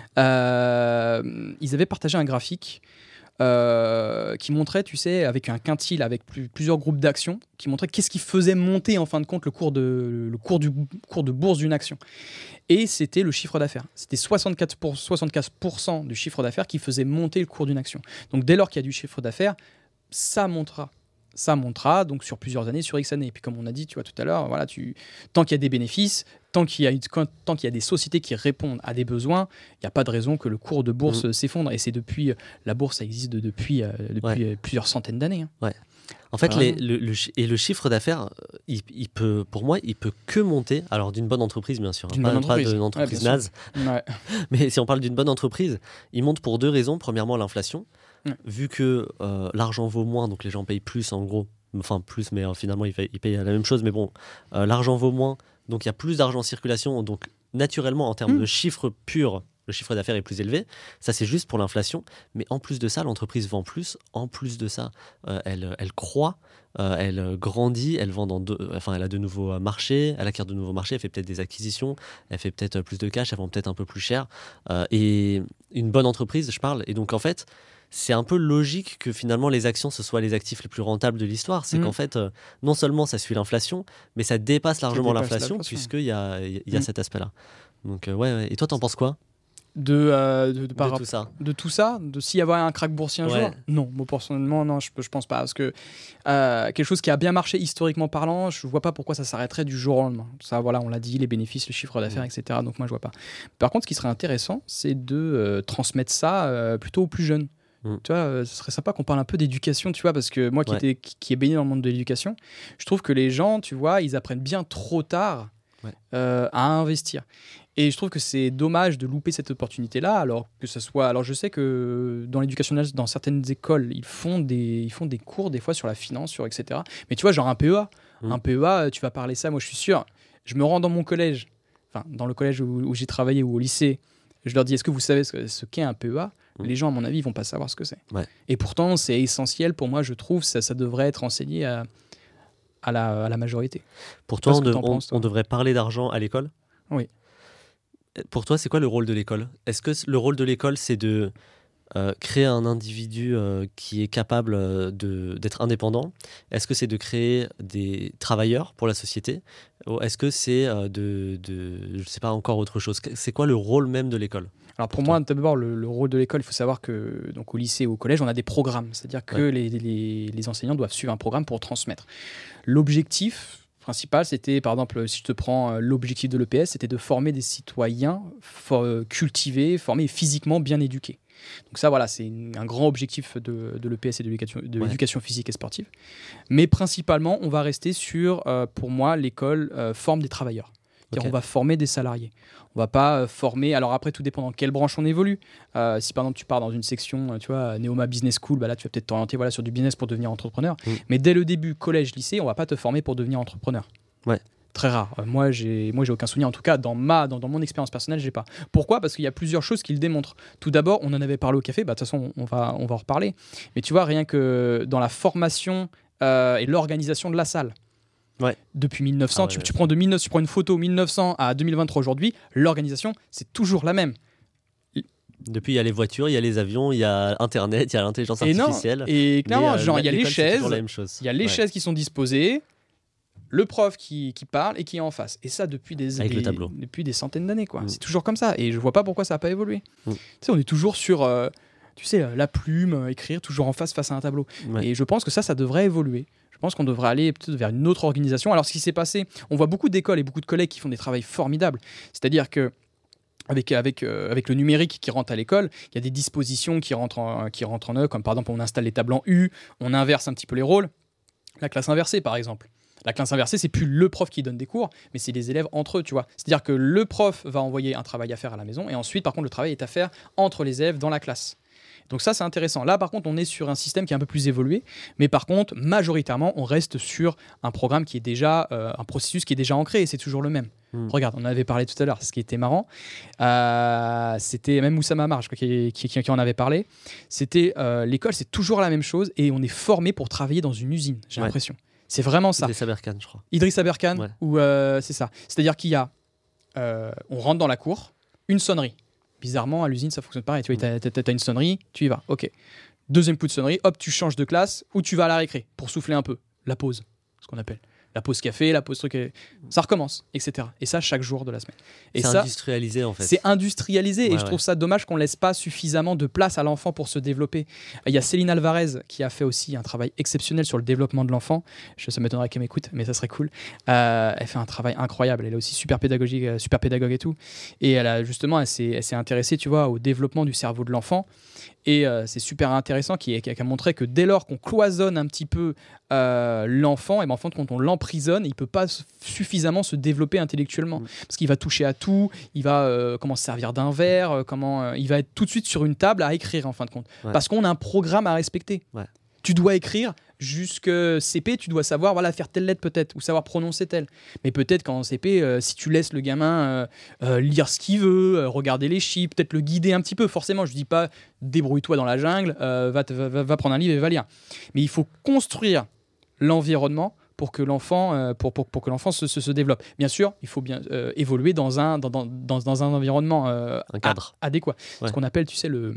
Euh, ils avaient partagé un graphique euh, qui montrait, tu sais, avec un quintile, avec plus, plusieurs groupes d'actions, qui montrait qu'est-ce qui faisait monter en fin de compte le cours de, le cours du, cours de bourse d'une action. Et c'était le chiffre d'affaires. C'était soixante-quinze pour cent du chiffre d'affaires qui faisait monter le cours d'une action. Donc dès lors qu'il y a du chiffre d'affaires, ça montera. Ça montera donc sur plusieurs années, sur X années. Et puis comme on a dit, tu vois tout à l'heure, voilà, tu, tant qu'il y a des bénéfices, tant qu'il y a, une, tant qu'il y a des sociétés qui répondent à des besoins, il n'y a pas de raison que le cours de bourse mmh. s'effondre. Et c'est depuis, la bourse, ça existe de, depuis, euh, depuis ouais. plusieurs centaines d'années. Hein. Ouais. En fait, les, le, le, et le chiffre d'affaires, il, il peut, pour moi, il peut que monter. Alors d'une bonne entreprise, bien sûr, d'une pas, bonne entreprise. pas d'une entreprise ouais, naze. Ouais. Mais si on parle d'une bonne entreprise, il monte pour deux raisons. Premièrement, l'inflation. Ouais. Vu que euh, l'argent vaut moins, donc les gens payent plus, en gros. Enfin, plus, mais euh, finalement, ils payent, ils payent la même chose. Mais bon, euh, l'argent vaut moins, donc il y a plus d'argent en circulation. Donc, naturellement, en termes mmh. de chiffres purs, le chiffre d'affaires est plus élevé. Ça, c'est juste pour l'inflation. Mais en plus de ça, l'entreprise vend plus. En plus de ça, euh, elle, elle croît, euh, elle grandit, elle vend dans deux, enfin, elle a de nouveaux marchés, elle acquiert de nouveaux marchés, elle fait peut-être des acquisitions, elle fait peut-être plus de cash, elle vend peut-être un peu plus cher. Euh, et une bonne entreprise, je parle. Et donc, en fait, c'est un peu logique que finalement les actions ce soient les actifs les plus rentables de l'histoire. C'est mmh. qu'en fait, euh, non seulement ça suit l'inflation, mais ça dépasse largement ça dépasse l'inflation, l'inflation puisqu'il y a, y a mmh. cet aspect-là. Donc, euh, ouais, ouais. Et toi, t'en penses quoi ? De, euh, de, de, par de tout ça. De tout ça De s'il y avait un crack boursier un ouais. jour ? Non, moi personnellement, non, je, je pense pas. Parce que euh, quelque chose qui a bien marché historiquement parlant, je vois pas pourquoi ça s'arrêterait du jour au lendemain. Ça, voilà, on l'a dit, les bénéfices, le chiffre d'affaires, mmh. et cetera. Donc moi, je vois pas. Par contre, ce qui serait intéressant, c'est de euh, transmettre ça euh, plutôt aux plus jeunes. Mmh. Tu vois, euh, ce serait sympa qu'on parle un peu d'éducation, tu vois, parce que moi qui, ouais. étais, qui, qui est baigné dans le monde de l'éducation, je trouve que les gens, tu vois, ils apprennent bien trop tard ouais. euh, à investir. Et je trouve que c'est dommage de louper cette opportunité-là, alors que ça soit. Alors je sais que dans l'éducation, dans certaines écoles, ils font des, ils font des cours des fois sur la finance, sur et cetera. Mais tu vois, genre un P E A, mmh. un P E A, tu vas parler ça. Moi, je suis sûr. Je me rends dans mon collège, enfin dans le collège où, où j'ai travaillé ou au lycée. Je leur dis, est-ce que vous savez ce, ce qu'est un P E A ? Mmh. Les gens, à mon avis, ils vont pas savoir ce que c'est. Ouais. Et pourtant, c'est essentiel pour moi. Je trouve ça, ça devrait être enseigné à, à la, à la majorité. Pour toi, on, de, on, penses, toi, on devrait parler d'argent à l'école ? Oui. Pour toi, c'est quoi le rôle de l'école ? Est-ce que le rôle de l'école, c'est de euh, créer un individu euh, qui est capable euh, de, d'être indépendant ? Est-ce que c'est de créer des travailleurs pour la société ? Ou est-ce que c'est euh, de, de... Je ne sais pas encore autre chose. C'est quoi le rôle même de l'école ? Alors pour, pour moi, d'abord, le, le rôle de l'école, il faut savoir que donc, au lycée ou au collège, on a des programmes. C'est-à-dire que ouais. les, les, les enseignants doivent suivre un programme pour transmettre. L'objectif principal, c'était, par exemple, si je te prends l'objectif de l'E P S, c'était de former des citoyens for- cultivés, formés et physiquement bien éduqués. Donc ça, voilà, c'est une, un grand objectif de, de l'E P S et de l'éducation, de ouais. l'éducation physique et sportive. Mais principalement, on va rester sur, euh, pour moi, l'école euh, forme des travailleurs. Okay. On va former des salariés. On va pas euh, former... Alors après, tout dépend dans quelle branche on évolue. Euh, si par exemple, tu pars dans une section, tu vois, Neoma Business School, bah là, tu vas peut-être t'orienter voilà, sur du business pour devenir entrepreneur. Mmh. Mais dès le début, collège, lycée, on va pas te former pour devenir entrepreneur. Ouais. Très rare. Euh, moi, j'ai, moi, j'ai aucun souvenir. En tout cas, dans, ma, dans, dans mon expérience personnelle, j'ai pas. Pourquoi ? Parce qu'il y a plusieurs choses qui le démontrent. Tout d'abord, on en avait parlé au café. Bah, de toute façon, on va, on va en reparler. Mais tu vois, rien que dans la formation euh, et l'organisation de la salle, ouais. depuis mille neuf cents, ah ouais, tu, ouais. tu, prends de mille neuf cents, tu prends une photo mille neuf cents à deux mille vingt-trois aujourd'hui, l'organisation, c'est toujours la même. Depuis, il y a les voitures, il y a les avions, il y a Internet, il y a l'intelligence artificielle. Et, non, et clairement, mais, genre, il y a les chaises, il y a les ouais. chaises qui sont disposées, le prof qui, qui parle et qui est en face. Et ça, depuis des, Avec des, le tableau. depuis des centaines d'années. Quoi. Mm. C'est toujours comme ça. Et je vois pas pourquoi ça n'a pas évolué. Mm. Tu sais, on est toujours sur euh, tu sais, la plume, écrire toujours en face face à un tableau. Ouais. Et je pense que ça, ça devrait évoluer. Je pense qu'on devrait aller peut-être vers une autre organisation. Alors, ce qui s'est passé, on voit beaucoup d'écoles et beaucoup de collègues qui font des travaux formidables. C'est-à-dire que Avec, avec, euh, avec le numérique qui rentre à l'école, il y a des dispositions qui rentrent en, qui rentrent en œuvre, comme par exemple on installe les tables en U, on inverse un petit peu les rôles. La classe inversée, par exemple. La classe inversée, c'est plus le prof qui donne des cours, mais c'est les élèves entre eux, tu vois. C'est-à-dire que le prof va envoyer un travail à faire à la maison, et ensuite, par contre, le travail est à faire entre les élèves dans la classe. Donc ça, c'est intéressant. Là, par contre, on est sur un système qui est un peu plus évolué, mais par contre, majoritairement, on reste sur un programme qui est déjà, euh, un processus qui est déjà ancré, et c'est toujours le même. Mmh. Regarde, on en avait parlé tout à l'heure, ce qui était marrant, euh, c'était même Oussama Amar, je crois, qui, qui, qui en avait parlé, c'était euh, l'école, c'est toujours la même chose, et on est formé pour travailler dans une usine, j'ai ouais. l'impression. C'est vraiment ça. Idriss Aberkane, je crois. Idriss Aberkane, ouais. ou euh, c'est ça. C'est-à-dire qu'il y a, euh, on rentre dans la cour, une sonnerie. Bizarrement, à l'usine, ça fonctionne pareil. Tu vois, t'as, t'as, t'as une sonnerie, tu y vas. Ok. Deuxième coup de sonnerie, hop, tu changes de classe ou tu vas à la récré pour souffler un peu. La pause, ce qu'on appelle. La pause café, la pause truc, ça recommence, et cetera. Et ça, chaque jour de la semaine. Et c'est ça, industrialisé, en fait. C'est industrialisé, ouais, et je ouais. trouve ça dommage qu'on ne laisse pas suffisamment de place à l'enfant pour se développer. Il y a Céline Alvarez qui a fait aussi un travail exceptionnel sur le développement de l'enfant. Je, ça m'étonnerait qu'elle m'écoute, mais ça serait cool. Euh, elle fait un travail incroyable. Elle est aussi super pédagogique, super pédagogue et tout. Et elle a justement, elle s'est, elle s'est intéressée, tu vois, au développement du cerveau de l'enfant. Et euh, c'est super intéressant qui, qui a montré que dès lors qu'on cloisonne un petit peu euh, l'enfant, et ben en fin de compte on l'emprisonne, il ne peut pas suffisamment se développer intellectuellement. Mmh. Parce qu'il va toucher à tout, il va euh, comment se servir d'un verre, euh, comment, euh, il va être tout de suite sur une table à écrire en fin de compte. Ouais. Parce qu'on a un programme à respecter. Ouais. Tu dois écrire jusque C P, tu dois savoir voilà, faire telle lettre peut-être, ou savoir prononcer telle. Mais peut-être qu'en C P, euh, si tu laisses le gamin euh, euh, lire ce qu'il veut, euh, regarder les chiffres, peut-être le guider un petit peu, forcément, je ne dis pas débrouille-toi dans la jungle, euh, va, va, va prendre un livre et va lire. Mais il faut construire l'environnement pour que l'enfant, euh, pour, pour, pour que l'enfant se, se, se développe. Bien sûr, il faut bien euh, évoluer dans un, dans, dans, dans, dans un environnement euh, un cadre a, adéquat. Ouais. Ce qu'on appelle, tu sais, le,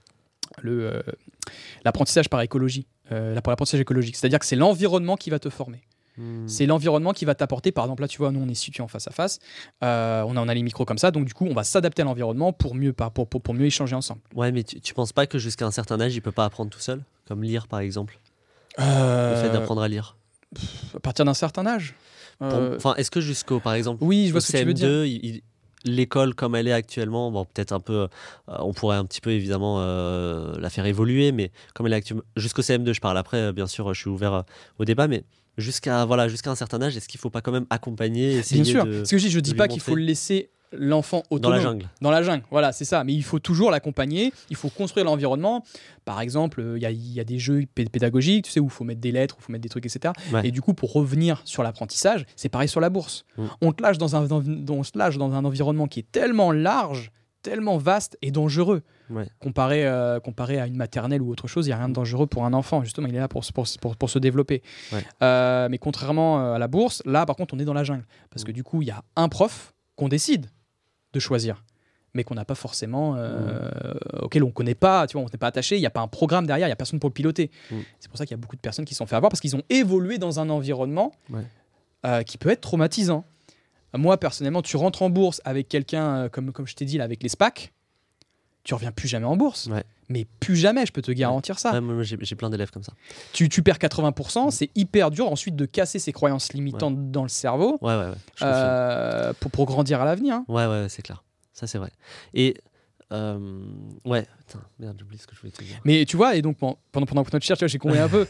le, euh, l'apprentissage par écologie. Euh, pour l'apprentissage écologique, c'est-à-dire que c'est l'environnement qui va te former. Mmh. C'est l'environnement qui va t'apporter, par exemple, là, tu vois, nous, on est situés en face à face, euh, on, a, on a les micros comme ça, donc du coup, on va s'adapter à l'environnement pour mieux, pour, pour, pour mieux échanger ensemble. Ouais, mais tu, tu penses pas que jusqu'à un certain âge, il peut pas apprendre tout seul, comme lire, par exemple euh... Le fait d'apprendre à lire. Pff, à partir d'un certain âge. Euh... Enfin, est-ce que jusqu'au, par exemple, oui, je vois ce que tu veux dire. il, il... L'école comme elle est actuellement, bon, peut-être un peu, euh, on pourrait un petit peu évidemment euh, la faire évoluer, mais comme elle est actuellement, jusqu'au C M deux, je parle après, euh, bien sûr, je suis ouvert euh, au débat, mais jusqu'à, voilà, jusqu'à un certain âge, est-ce qu'il ne faut pas quand même accompagner, essayer Bien sûr, de, parce que je ne dis pas qu'il faut le laisser l'enfant autonome. Dans la jungle. Dans la jungle, voilà, c'est ça. Mais il faut toujours l'accompagner, il faut construire l'environnement. Par exemple, il y, y a des jeux pédagogiques, tu sais, où il faut mettre des lettres, où il faut mettre des trucs, et cetera. Ouais. Et du coup, pour revenir sur l'apprentissage, c'est pareil sur la bourse. Mmh. On te lâche dans un, dans, on te lâche dans un environnement qui est tellement large, tellement vaste et dangereux. Ouais. Comparé, euh, comparé à une maternelle ou autre chose, il n'y a rien de dangereux pour un enfant. Justement, il est là pour, pour, pour, pour se développer. Ouais. Euh, mais contrairement à la bourse, là, par contre, on est dans la jungle. Parce mmh. que du coup, il y a un prof qu'on décide de choisir, mais qu'on n'a pas forcément, euh, mmh. auquel on ne connaît pas, tu vois, on n'est pas attaché, il n'y a pas un programme derrière, il n'y a personne pour le piloter. Mmh. C'est pour ça qu'il y a beaucoup de personnes qui se sont fait avoir, parce qu'ils ont évolué dans un environnement ouais. euh, qui peut être traumatisant. Moi, personnellement, tu rentres en bourse avec quelqu'un, euh, comme, comme je t'ai dit, là, avec les SPAC, tu ne reviens plus jamais en bourse. Ouais. Mais plus jamais, je peux te garantir ouais. ça. Ouais, moi, j'ai, j'ai plein d'élèves comme ça. Tu, tu perds quatre-vingts pour cent, mmh. c'est hyper dur ensuite de casser ces croyances limitantes ouais. dans le cerveau ouais, ouais, ouais. Euh, pour, pour grandir à l'avenir. Hein. Ouais, ouais, c'est clair. Ça, c'est vrai. Et euh, ouais, putain, merde, j'oublie ce que je voulais te dire. Mais tu vois, et donc pendant, pendant notre recherche, j'ai compris un peu.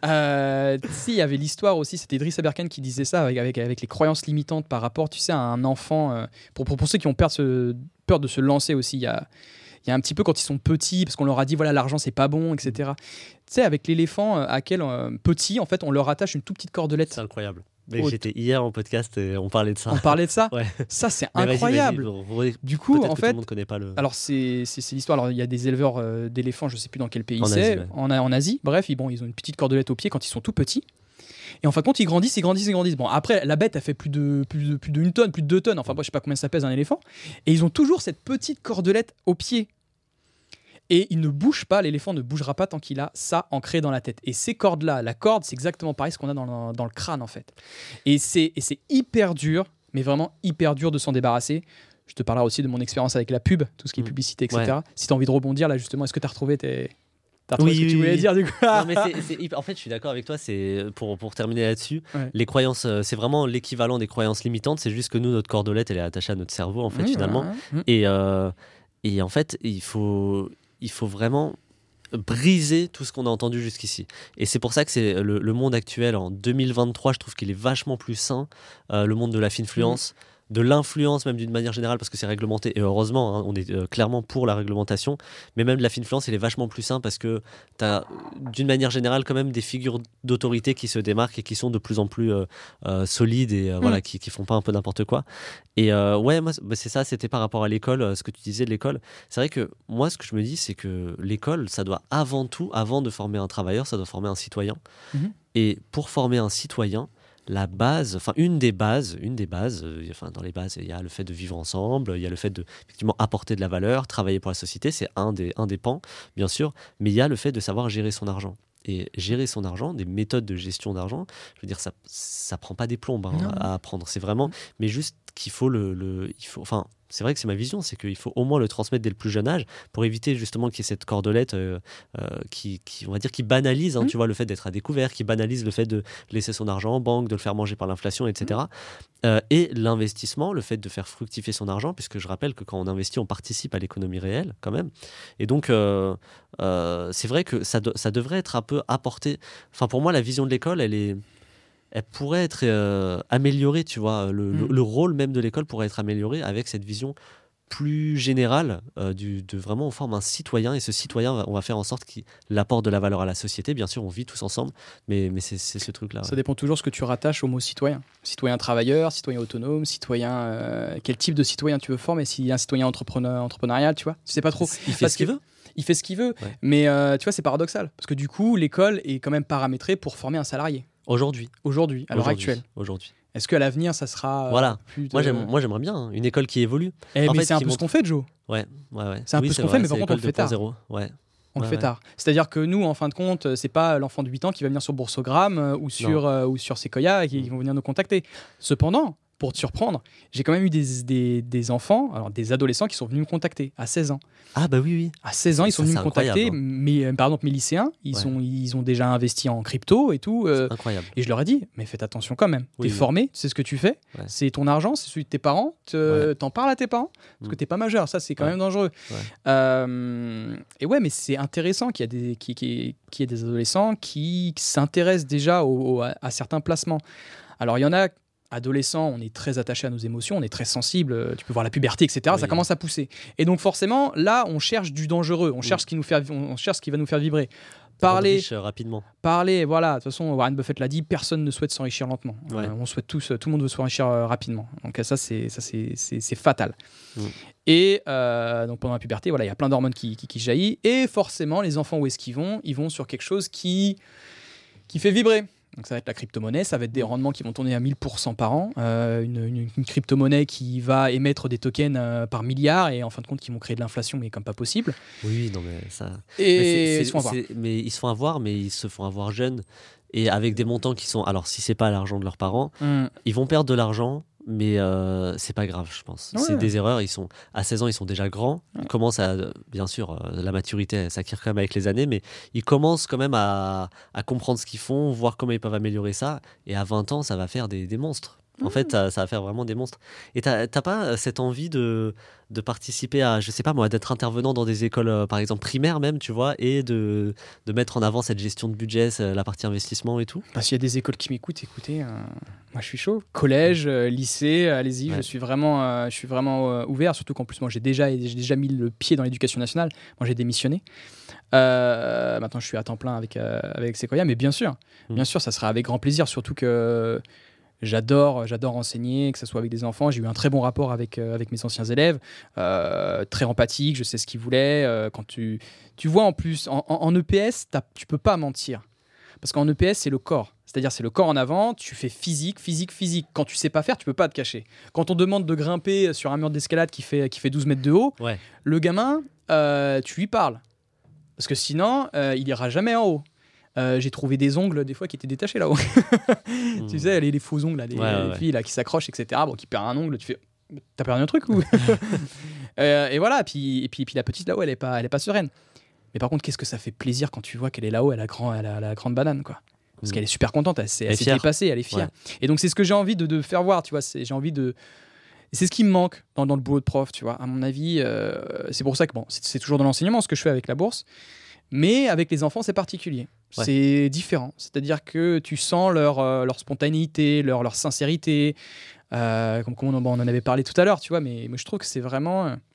euh, si, il y avait l'histoire aussi, c'était Idriss Aberkane qui disait ça avec, avec, avec les croyances limitantes par rapport, tu sais, à un enfant. Euh, pour, pour, pour ceux qui ont peur de, se, peur de se lancer aussi, il y a. Il y a un petit peu quand ils sont petits, parce qu'on leur a dit voilà l'argent c'est pas bon, et cetera. Tu sais, avec l'éléphant, à quel euh, petit, en fait, on leur attache une toute petite cordelette. C'est incroyable. Mais oh, j'étais hier en podcast et on parlait de ça. On parlait de ça. Ouais. Ça c'est mais incroyable. Vas-y, vas-y, vas-y. Du coup, peut-être en que fait, tout le monde connaît pas le. Alors c'est, c'est, c'est l'histoire. Alors il y a des éleveurs euh, d'éléphants, je sais plus dans quel pays en c'est, Asie, ouais. en, en Asie. Bref, ils, bon, ils ont une petite cordelette au pied quand ils sont tout petits. Et en fin de compte, ils grandissent, ils grandissent, ils grandissent. Bon, après, la bête, elle fait plus de plus de plus d'une tonne, plus de deux tonnes. Enfin, moi, je sais pas combien ça pèse un éléphant. Et ils ont toujours cette petite cordelette au pied. Et il ne bouge pas, l'éléphant ne bougera pas tant qu'il a ça ancré dans la tête. Et ces cordes-là, la corde, c'est exactement pareil ce qu'on a dans le, dans le crâne en fait. Et c'est, et c'est hyper dur, mais vraiment hyper dur de s'en débarrasser. Je te parlerai aussi de mon expérience avec la pub, tout ce qui est publicité, et cetera. Ouais. Si tu as envie de rebondir là justement, est-ce que tu as retrouvé tes... T'as retrouvé oui, ce que oui, tu voulais oui. dire du coup. Non, mais c'est, c'est, en fait, je suis d'accord avec toi. C'est pour, pour terminer là-dessus. Ouais. Les croyances, c'est vraiment l'équivalent des croyances limitantes. C'est juste que nous, notre cordelette, elle est attachée à notre cerveau en fait oui, finalement. Ouais. Et, euh, et en fait, il faut... il faut vraiment briser tout ce qu'on a entendu jusqu'ici. Et c'est pour ça que c'est le, le monde actuel en deux mille vingt-trois, je trouve qu'il est vachement plus sain. Euh, le monde de la finfluence, de l'influence même d'une manière générale, parce que c'est réglementé, et heureusement, hein, on est euh, clairement pour la réglementation, mais même la finfluence, elle est vachement plus simple parce que tu as d'une manière générale quand même des figures d'autorité qui se démarquent et qui sont de plus en plus euh, euh, solides et euh, mmh. voilà, qui, qui font pas un peu n'importe quoi. Et euh, ouais, moi, c'est ça, c'était par rapport à l'école, euh, ce que tu disais de l'école. C'est vrai que moi, ce que je me dis, c'est que l'école, ça doit avant tout, avant de former un travailleur, ça doit former un citoyen. Mmh. Et pour former un citoyen, la base, enfin une des bases, une des bases, euh, enfin dans les bases, il y a le fait de vivre ensemble, il y a le fait de effectivement apporter de la valeur, travailler pour la société, c'est un des, un des pans, bien sûr, mais il y a le fait de savoir gérer son argent. Et gérer son argent, des méthodes de gestion d'argent, je veux dire, ça ça prend pas des plombes hein, à apprendre. C'est vraiment, mais juste qu'il faut le, le il faut, enfin, c'est vrai que c'est ma vision, c'est qu'il faut au moins le transmettre dès le plus jeune âge pour éviter justement qu'il y ait cette cordelette euh, euh, qui, qui, on va dire, qui banalise, hein, mmh. tu vois, le fait d'être à découvert, qui banalise le fait de laisser son argent en banque, de le faire manger par l'inflation, et cetera. Mmh. Euh, et l'investissement, le fait de faire fructifier son argent, puisque je rappelle que quand on investit, on participe à l'économie réelle quand même. Et donc, euh, euh, c'est vrai que ça, de, ça devrait être un peu apporté. Enfin, pour moi, la vision de l'école, elle est... elle pourrait être euh, améliorée, tu vois. Le, mmh. le, le rôle même de l'école pourrait être amélioré avec cette vision plus générale euh, du, de vraiment on forme un citoyen et ce citoyen, on va faire en sorte qu'il apporte de la valeur à la société. Bien sûr, on vit tous ensemble, mais, mais c'est, c'est ce truc-là. Ça ouais. dépend toujours ce que tu rattaches au mot citoyen. Citoyen travailleur, citoyen autonome, citoyen... Euh, quel type de citoyen tu veux former? Si un citoyen entrepreneur, entrepreneurial, tu vois, tu sais pas trop. Il fait ce qu'il veut. Il fait ce qu'il veut, ouais. mais euh, tu vois, c'est paradoxal. Parce que du coup, l'école est quand même paramétrée pour former un salarié. Aujourd'hui. Aujourd'hui, à l'heure Aujourd'hui. actuelle. Aujourd'hui. Est-ce qu'à l'avenir, ça sera voilà. plus de... moi, j'aime, moi, j'aimerais bien hein, une école qui évolue. Eh, en mais fait, c'est un peu montre... ce qu'on fait, Joe. Ouais, ouais, ouais. C'est un oui, peu ce c'est qu'on vrai, fait, mais par contre, on le fait tard. Ouais. On ouais, le fait ouais. tard. C'est-à-dire que nous, en fin de compte, c'est pas l'enfant de huit ans qui va venir sur Boursogramme euh, ou, sur, euh, ou sur Sequoia et qui mmh. vont venir nous contacter. Cependant, pour te surprendre, j'ai quand même eu des, des, des enfants, alors des adolescents qui sont venus me contacter à seize ans. Ah bah oui, oui. À seize ans, ils sont ça, venus me contacter. Hein. Mais, par exemple, mes lycéens, ils, ouais. sont, ils ont déjà investi en crypto et tout. Euh, c'est incroyable. Et je leur ai dit, mais faites attention quand même. Oui, t'es oui. formé, c'est ce que tu fais. Ouais. C'est ton argent, c'est celui de tes parents. Te, ouais. T'en parles à tes parents parce mmh. que t'es pas majeur. Ça, c'est quand ouais. même dangereux. Ouais. Euh, et ouais, mais c'est intéressant qu'il y, a des, qu'il, qu'il y ait des adolescents qui s'intéressent déjà au, au, à, à certains placements. Alors, il y en a... Adolescents, on est très attaché à nos émotions, on est très sensible, tu peux voir la puberté, et cetera. Oui. Ça commence à pousser. Et donc forcément, là, on cherche du dangereux, on cherche, oui. ce, qui nous fait, on cherche ce qui va nous faire vibrer. Parler, riche, euh, rapidement. Parler, voilà. De toute façon, Warren Buffett l'a dit, personne ne souhaite s'enrichir lentement. Ouais. Euh, on souhaite tous, tout le monde veut s'enrichir euh, rapidement. Donc ça, c'est, ça, c'est, c'est, c'est fatal. Mm. Et euh, donc pendant la puberté, voilà, il y a plein d'hormones qui, qui, qui jaillissent. Et forcément, les enfants, où est-ce qu'ils vont ? Ils vont sur quelque chose qui, qui fait vibrer. Donc ça va être la crypto-monnaie, ça va être des rendements qui vont tourner à mille pour cent par an, euh, une, une, une crypto-monnaie qui va émettre des tokens euh, par milliard et en fin de compte qui vont créer de l'inflation mais comme pas possible. Oui, non mais ça... Et mais, c'est, c'est, ils se font avoir. C'est, mais ils se font avoir, mais ils se font avoir jeunes et avec des montants qui sont... Alors si c'est pas l'argent de leurs parents, mm. ils vont perdre de l'argent, mais euh, c'est pas grave, je pense. Ouais. C'est des erreurs, ils sont... À seize ans, ils sont déjà grands, ouais. Ils commencent à... Bien sûr, euh, la maturité s'acquiert quand même avec les années, mais ils commencent quand même à, à comprendre ce qu'ils font, voir comment ils peuvent améliorer ça, et à vingt ans, ça va faire des, des monstres. En mmh. fait, ça, ça va faire vraiment des monstres. Et t'as, t'as pas cette envie de, de participer à, je sais pas moi, d'être intervenant dans des écoles, euh, par exemple primaires même, tu vois, et de, de mettre en avant cette gestion de budget, la partie investissement et tout. Bah, s'il y a des écoles qui m'écoutent, écoutez, euh, moi je suis chaud. Collège, euh, lycée, allez-y, ouais. je suis vraiment, euh, je suis vraiment euh, ouvert, surtout qu'en plus, moi j'ai déjà, j'ai déjà mis le pied dans l'éducation nationale. Moi j'ai démissionné. Euh, maintenant je suis à temps plein avec, euh, avec Sequoia, mais bien sûr, mmh. bien sûr, ça sera avec grand plaisir, surtout que. J'adore, j'adore enseigner, que ce soit avec des enfants. J'ai eu un très bon rapport avec, euh, avec mes anciens élèves, euh, très empathique, je sais ce qu'ils voulaient. Euh, quand tu, tu vois en plus, en, en, en E P S, tu peux pas mentir. Parce qu'en E P S, c'est le corps. C'est-à-dire, c'est le corps en avant, tu fais physique, physique, physique. Quand tu sais pas faire, tu peux pas te cacher. Quand on demande de grimper sur un mur d'escalade qui fait, qui fait douze mètres de haut, ouais. le gamin, euh, tu lui parles. Parce que sinon, euh, il ira jamais en haut. Euh, j'ai trouvé des ongles des fois qui étaient détachés là-haut. mmh. Tu sais, les, les faux ongles là, des ouais, ouais, filles là, qui s'accrochent, et cetera. Bon, qui perd un ongle, tu fais t'as perdu un truc ou euh, Et voilà, puis, et puis, et puis la petite là-haut, elle est pas, elle est pas sereine. Mais par contre, qu'est-ce que ça fait plaisir quand tu vois qu'elle est là-haut, elle a, grand, elle a la grande banane, quoi. Parce mmh. qu'elle est super contente, elle, elle, elle s'est dépassée, elle est fière. Ouais. Et donc, c'est ce que j'ai envie de, de faire voir, tu vois. C'est, j'ai envie de. C'est ce qui me manque dans, dans le boulot de prof, tu vois. À mon avis, euh, c'est pour ça que bon, c'est, c'est toujours dans l'enseignement ce que je fais avec la bourse. Mais avec les enfants, c'est particulier. Ouais. C'est différent. C'est-à-dire que tu sens leur, euh, leur spontanéité, leur, leur sincérité, euh, comme, comme on, bon, on en avait parlé tout à l'heure, tu vois, mais, mais je trouve que c'est vraiment... Euh...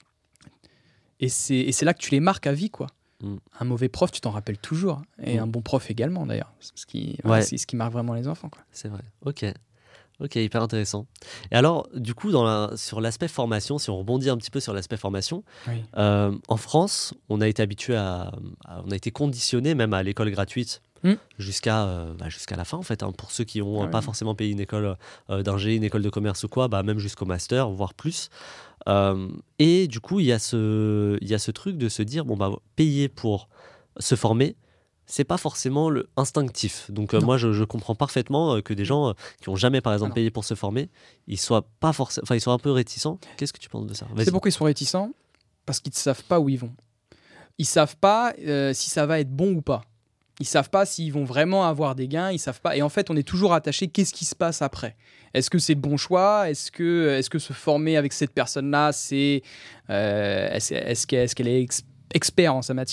Et, c'est, et c'est là que tu les marques à vie, quoi. Mm. Un mauvais prof, tu t'en rappelles toujours. Et mm. un bon prof également, d'ailleurs. C'est ce qui, ouais. Ouais, c'est ce qui marque vraiment les enfants, quoi. C'est vrai. Ok. Ok, hyper intéressant. Et alors, du coup, dans la, sur l'aspect formation, si on rebondit un petit peu sur l'aspect formation, oui. euh, en France, on a été habitué à, à, on a été conditionné même à l'école gratuite mmh. jusqu'à, euh, bah, jusqu'à la fin, en fait. Hein, pour ceux qui n'ont ah, pas oui. forcément payé une école euh, d'ingé, une école de commerce ou quoi, bah, même jusqu'au master, voire plus. Euh, et du coup, il y a ce, il y a ce truc de se dire, bon, bah, payer pour se former, c'est pas forcément le instinctif. Donc euh, moi, je, je comprends parfaitement euh, que des gens euh, qui ont jamais, par exemple, ah payé pour se former, ils soient pas forcément, enfin, ils sont un peu réticents. Qu'est-ce que tu penses de ça ? Vas-y. C'est pourquoi ils sont réticents ? Parce qu'ils ne savent pas où ils vont. Ils savent pas euh, si ça va être bon ou pas. Ils savent pas s'ils vont vraiment avoir des gains. Ils savent pas. Et en fait, on est toujours attaché. Qu'est-ce qui se passe après ? Est-ce que c'est le bon choix ? Est-ce que, est-ce que se former avec cette personne-là, c'est euh, est-ce, est-ce qu'elle, est-ce qu'elle est ex- expert en sa matière ?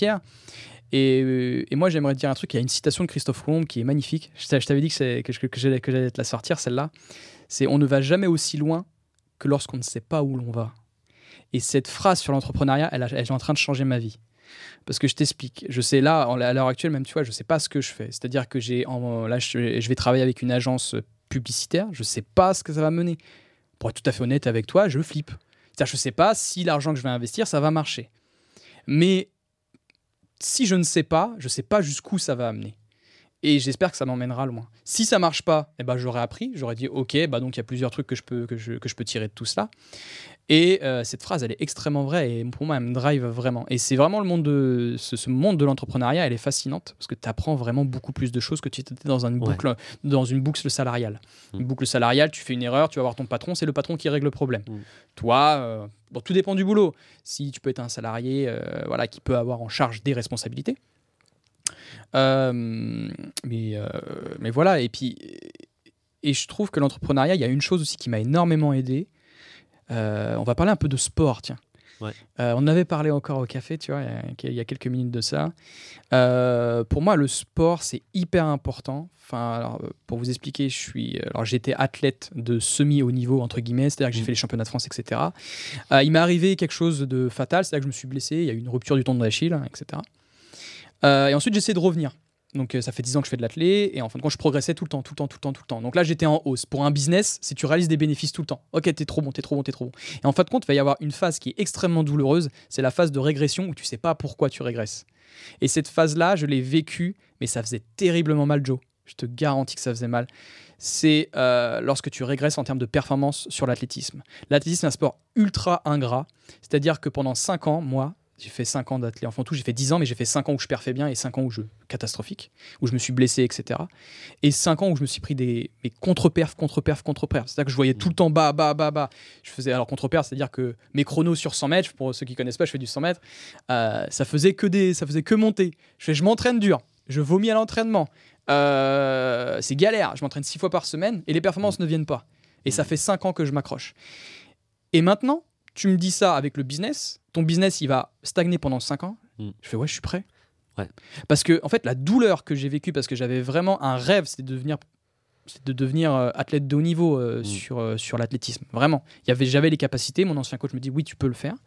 Et, et moi, j'aimerais dire un truc. Il y a une citation de Christophe Colomb qui est magnifique. Je t'avais dit que, c'est, que, que, j'allais, que j'allais te la sortir, celle-là. C'est « On ne va jamais aussi loin que lorsqu'on ne sait pas où l'on va ». Et cette phrase sur l'entrepreneuriat, elle, a, elle est en train de changer ma vie. Parce que je t'explique. Je sais là, à l'heure actuelle, même, tu vois, je ne sais pas ce que je fais. C'est-à-dire que j'ai, en, là, je, je vais travailler avec une agence publicitaire. Je ne sais pas ce que ça va mener. Pour être tout à fait honnête avec toi, je flippe. C'est-à-dire, je ne sais pas si l'argent que je vais investir, ça va marcher. Mais si je ne sais pas, je ne sais pas jusqu'où ça va amener. Et j'espère que ça m'emmènera loin. Si ça ne marche pas, eh ben, j'aurais appris. J'aurais dit, OK, bah donc il y a plusieurs trucs que je peux, que je, que je peux tirer de tout cela. Et euh, cette phrase, elle est extrêmement vraie. Et pour moi, elle me drive vraiment. Et c'est vraiment le monde de, ce, ce monde de l'entrepreneuriat, elle est fascinante. Parce que tu apprends vraiment beaucoup plus de choses que tu étais dans une boucle, ouais. dans une boucle salariale. Mmh. Une boucle salariale, tu fais une erreur, tu vas voir ton patron, c'est le patron qui règle le problème. Mmh. Toi, euh, bon, tout dépend du boulot. Si tu peux être un salarié euh, voilà, qui peut avoir en charge des responsabilités. Euh, mais, euh, mais voilà, et puis et je trouve que l'entrepreneuriat, il y a une chose aussi qui m'a énormément aidé. Euh, on va parler un peu de sport, tiens. Ouais. Euh, on avait parlé encore au café, tu vois, il y a quelques minutes de ça. Euh, pour moi, le sport, c'est hyper important. Enfin, alors, pour vous expliquer, je suis, alors j'étais athlète de semi-haut niveau entre guillemets, c'est-à-dire que j'ai mmh. fait les championnats de France, et cetera. Euh, il m'est arrivé quelque chose de fatal, c'est-à-dire que je me suis blessé, il y a eu une rupture du tendon d'Achille, et cetera. Euh, et ensuite, j'ai essayé de revenir. Donc, euh, ça fait dix ans que je fais de l'athlé. Et en fin de compte, je progressais tout le temps, tout le temps, tout le temps, tout le temps. Donc là, j'étais en hausse. Pour un business, si tu réalises des bénéfices tout le temps, ok, t'es trop bon, t'es trop bon, t'es trop bon. Et en fin de compte, il va y avoir une phase qui est extrêmement douloureuse. C'est la phase de régression où tu sais pas pourquoi tu régresses. Et cette phase-là, je l'ai vécue, mais ça faisait terriblement mal, Joe. Je te garantis que ça faisait mal. C'est euh, lorsque tu régresses en termes de performance sur l'athlétisme. L'athlétisme est un sport ultra ingrat. C'est-à-dire que pendant cinq ans, moi, j'ai fait cinq ans d'athlète. Enfin, en tout, j'ai fait dix ans, mais j'ai fait cinq ans où je perfais bien et cinq ans où je catastrophique, où je me suis blessé, et cetera. Et cinq ans où je me suis pris des mais contre-perf, contre-perf, contre-perf. C'est-à-dire que je voyais tout le temps bas, bas, bas, bas. Je faisais alors contre-perf, c'est-à-dire que mes chronos sur cent mètres, pour ceux qui connaissent pas, je fais du cent mètres, euh, ça faisait que des, ça faisait que monter. Je fais, je m'entraîne dur, je vomis à l'entraînement. Euh, c'est galère. Je m'entraîne six fois par semaine et les performances ne viennent pas. Et ça fait cinq ans que je m'accroche. Et maintenant, tu me dis ça avec le business, ton business, il va stagner pendant cinq ans. Mm. Je fais, ouais, je suis prêt. Ouais. Parce que, en fait, la douleur que j'ai vécue, parce que j'avais vraiment un rêve, c'était de devenir, c'était de devenir euh, athlète de haut niveau euh, mm. sur, euh, sur l'athlétisme. Vraiment. Il y avait, j'avais les capacités. Mon ancien coach me dit, oui, tu peux le faire.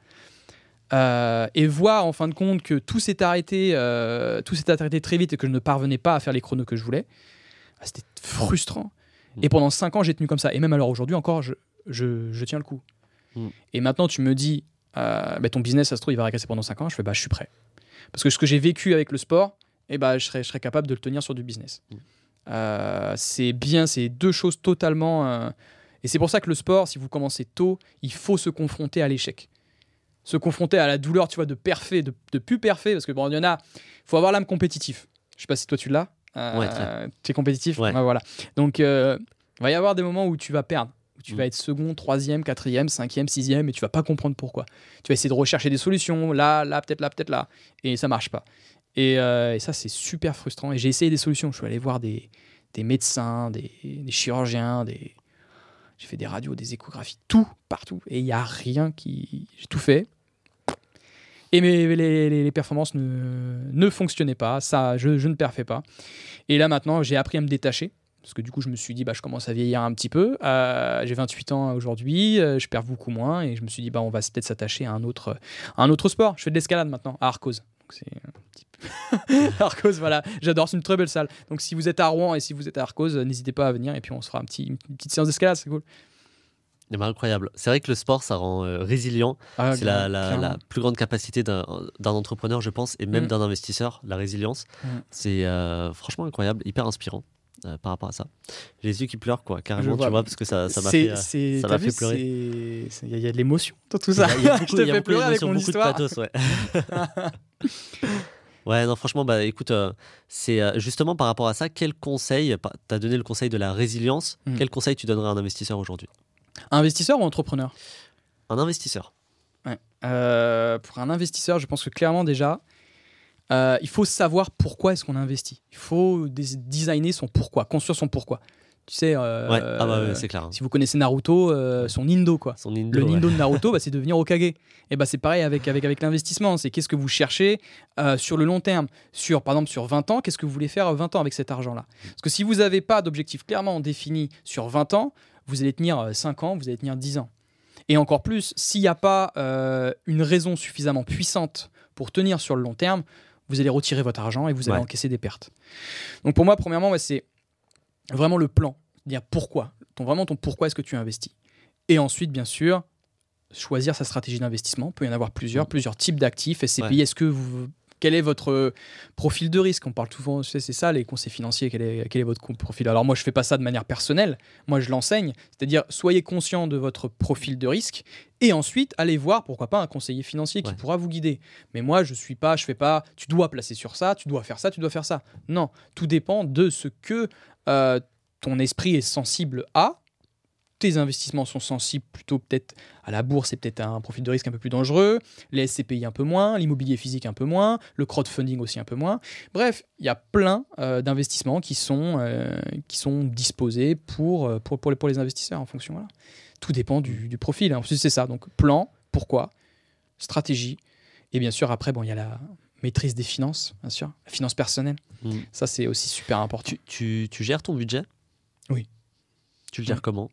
Euh, et voir, en fin de compte, que tout s'est arrêté, euh, tout s'est arrêté très vite et que je ne parvenais pas à faire les chronos que je voulais, bah, c'était frustrant. Mm. Et pendant cinq ans, j'ai tenu comme ça. Et même alors aujourd'hui encore, je, je, je tiens le coup. Mm. Et maintenant, tu me dis, euh, bah, ton business, ça se trouve, il va régresser pendant cinq ans. Je fais, bah, je suis prêt. Parce que ce que j'ai vécu avec le sport, eh bah, je, serais, je serais capable de le tenir sur du business. Mm. Euh, c'est bien, c'est deux choses totalement... Euh... Et c'est pour ça que le sport, si vous commencez tôt, il faut se confronter à l'échec. Se confronter à la douleur, tu vois, de parfait, de, de plus parfait. Parce que bon, il y en a, il faut avoir l'âme compétitive. Je sais pas si toi, tu l'as. Euh, ouais, tu es compétitif. Ouais. Ouais, voilà. Donc, euh, il va y avoir des moments où tu vas perdre. Tu vas être second, troisième, quatrième, cinquième, sixième, et tu vas pas comprendre pourquoi. Tu vas essayer de rechercher des solutions, là, là, peut-être là, peut-être là, et ça marche pas. Et, euh, et ça, c'est super frustrant. Et j'ai essayé des solutions. Je suis allé voir des, des médecins, des, des chirurgiens, des... j'ai fait des radios, des échographies, tout, partout. Et il y a rien qui... J'ai tout fait. Et mes, les, les, les performances ne, ne fonctionnaient pas. Ça, je, je ne perfais pas. Et là, maintenant, j'ai appris à me détacher. Parce que du coup, je me suis dit, bah, je commence à vieillir un petit peu. Euh, j'ai vingt-huit ans aujourd'hui, euh, je perds beaucoup moins. Et je me suis dit, bah, on va peut-être s'attacher à un autre, à un autre sport. Je fais de l'escalade maintenant, à Arcos. Donc c'est un petit peu... Arcos, voilà. J'adore, c'est une très belle salle. Donc si vous êtes à Rouen et si vous êtes à Arcos, n'hésitez pas à venir. Et puis on se fera un petit, une petite séance d'escalade, c'est cool. Eh ben, incroyable. C'est vrai que le sport, ça rend euh, résilient. Ah, c'est grave, la, la, la plus grande capacité d'un, d'un entrepreneur, je pense, et même mm. d'un investisseur, la résilience. Mm. C'est euh, franchement incroyable, hyper inspirant euh, par rapport à ça. J'ai les yeux qui pleurent, quoi, carrément, vois. Tu vois, parce que ça, ça m'a c'est, fait, c'est, ça m'a vu, fait pleurer. Il y, y a de l'émotion dans tout ça. Il y a, y a beaucoup, je te y a fais beaucoup pleurer avec mon beaucoup histoire. De pathos, ouais. Ouais, non, franchement, bah, écoute, euh, c'est euh, justement par rapport à ça, quel conseil, tu as donné le conseil de la résilience, mm. quel conseil tu donnerais à un investisseur aujourd'hui? Investisseur ou entrepreneur? Un investisseur. Ouais. Euh, pour un investisseur, je pense que clairement déjà, euh, il faut savoir pourquoi est-ce qu'on investit. Il faut designer son pourquoi, construire son pourquoi. Tu sais, euh, ouais. Ah bah ouais, c'est clair. Si vous connaissez Naruto, euh, son Nindo, quoi. Son Nindo, le Nindo ouais. de Naruto, bah, c'est devenir Hokage. Et bah, c'est pareil avec, avec, avec l'investissement. C'est qu'est-ce que vous cherchez euh, sur le long terme. Sur, par exemple, sur vingt ans, qu'est-ce que vous voulez faire vingt ans avec cet argent-là? Parce que si vous n'avez pas d'objectif clairement défini sur vingt ans, vous allez tenir cinq ans, vous allez tenir dix ans. Et encore plus, s'il n'y a pas euh, une raison suffisamment puissante pour tenir sur le long terme, vous allez retirer votre argent et vous allez ouais. encaisser des pertes. Donc pour moi, premièrement, ouais, c'est vraiment le plan. Dire pourquoi. Ton, vraiment ton pourquoi est-ce que tu investis. Et ensuite, bien sûr, choisir sa stratégie d'investissement. Il peut y en avoir plusieurs, plusieurs types d'actifs. S C P I, ouais. est-ce que vous... Quel est votre profil de risque? On parle souvent, c'est ça, les conseils financiers, quel est, quel est votre profil? Alors moi, je ne fais pas ça de manière personnelle, moi je l'enseigne, c'est-à-dire soyez conscient de votre profil de risque et ensuite allez voir, pourquoi pas, un conseiller financier qui ouais. pourra vous guider. Mais moi, je suis pas, je fais pas, tu dois placer sur ça, tu dois faire ça, tu dois faire ça. Non, tout dépend de ce que euh, ton esprit est sensible à. Tes investissements sont sensibles plutôt peut-être à la bourse, c'est peut-être un profil de risque un peu plus dangereux, les S C P I un peu moins, l'immobilier physique un peu moins, le crowdfunding aussi un peu moins. Bref, il y a plein euh, d'investissements qui sont, euh, qui sont disposés pour, pour, pour, les, pour les investisseurs en fonction. Voilà. Tout dépend du, du profil. Ensuite, c'est ça. Donc, plan, pourquoi, stratégie. Et bien sûr, après, bon, il y a la maîtrise des finances, bien sûr, la finance personnelle. Mmh. Ça, c'est aussi super important. Tu, tu, tu gères ton budget? Oui. Tu le gères oui. comment?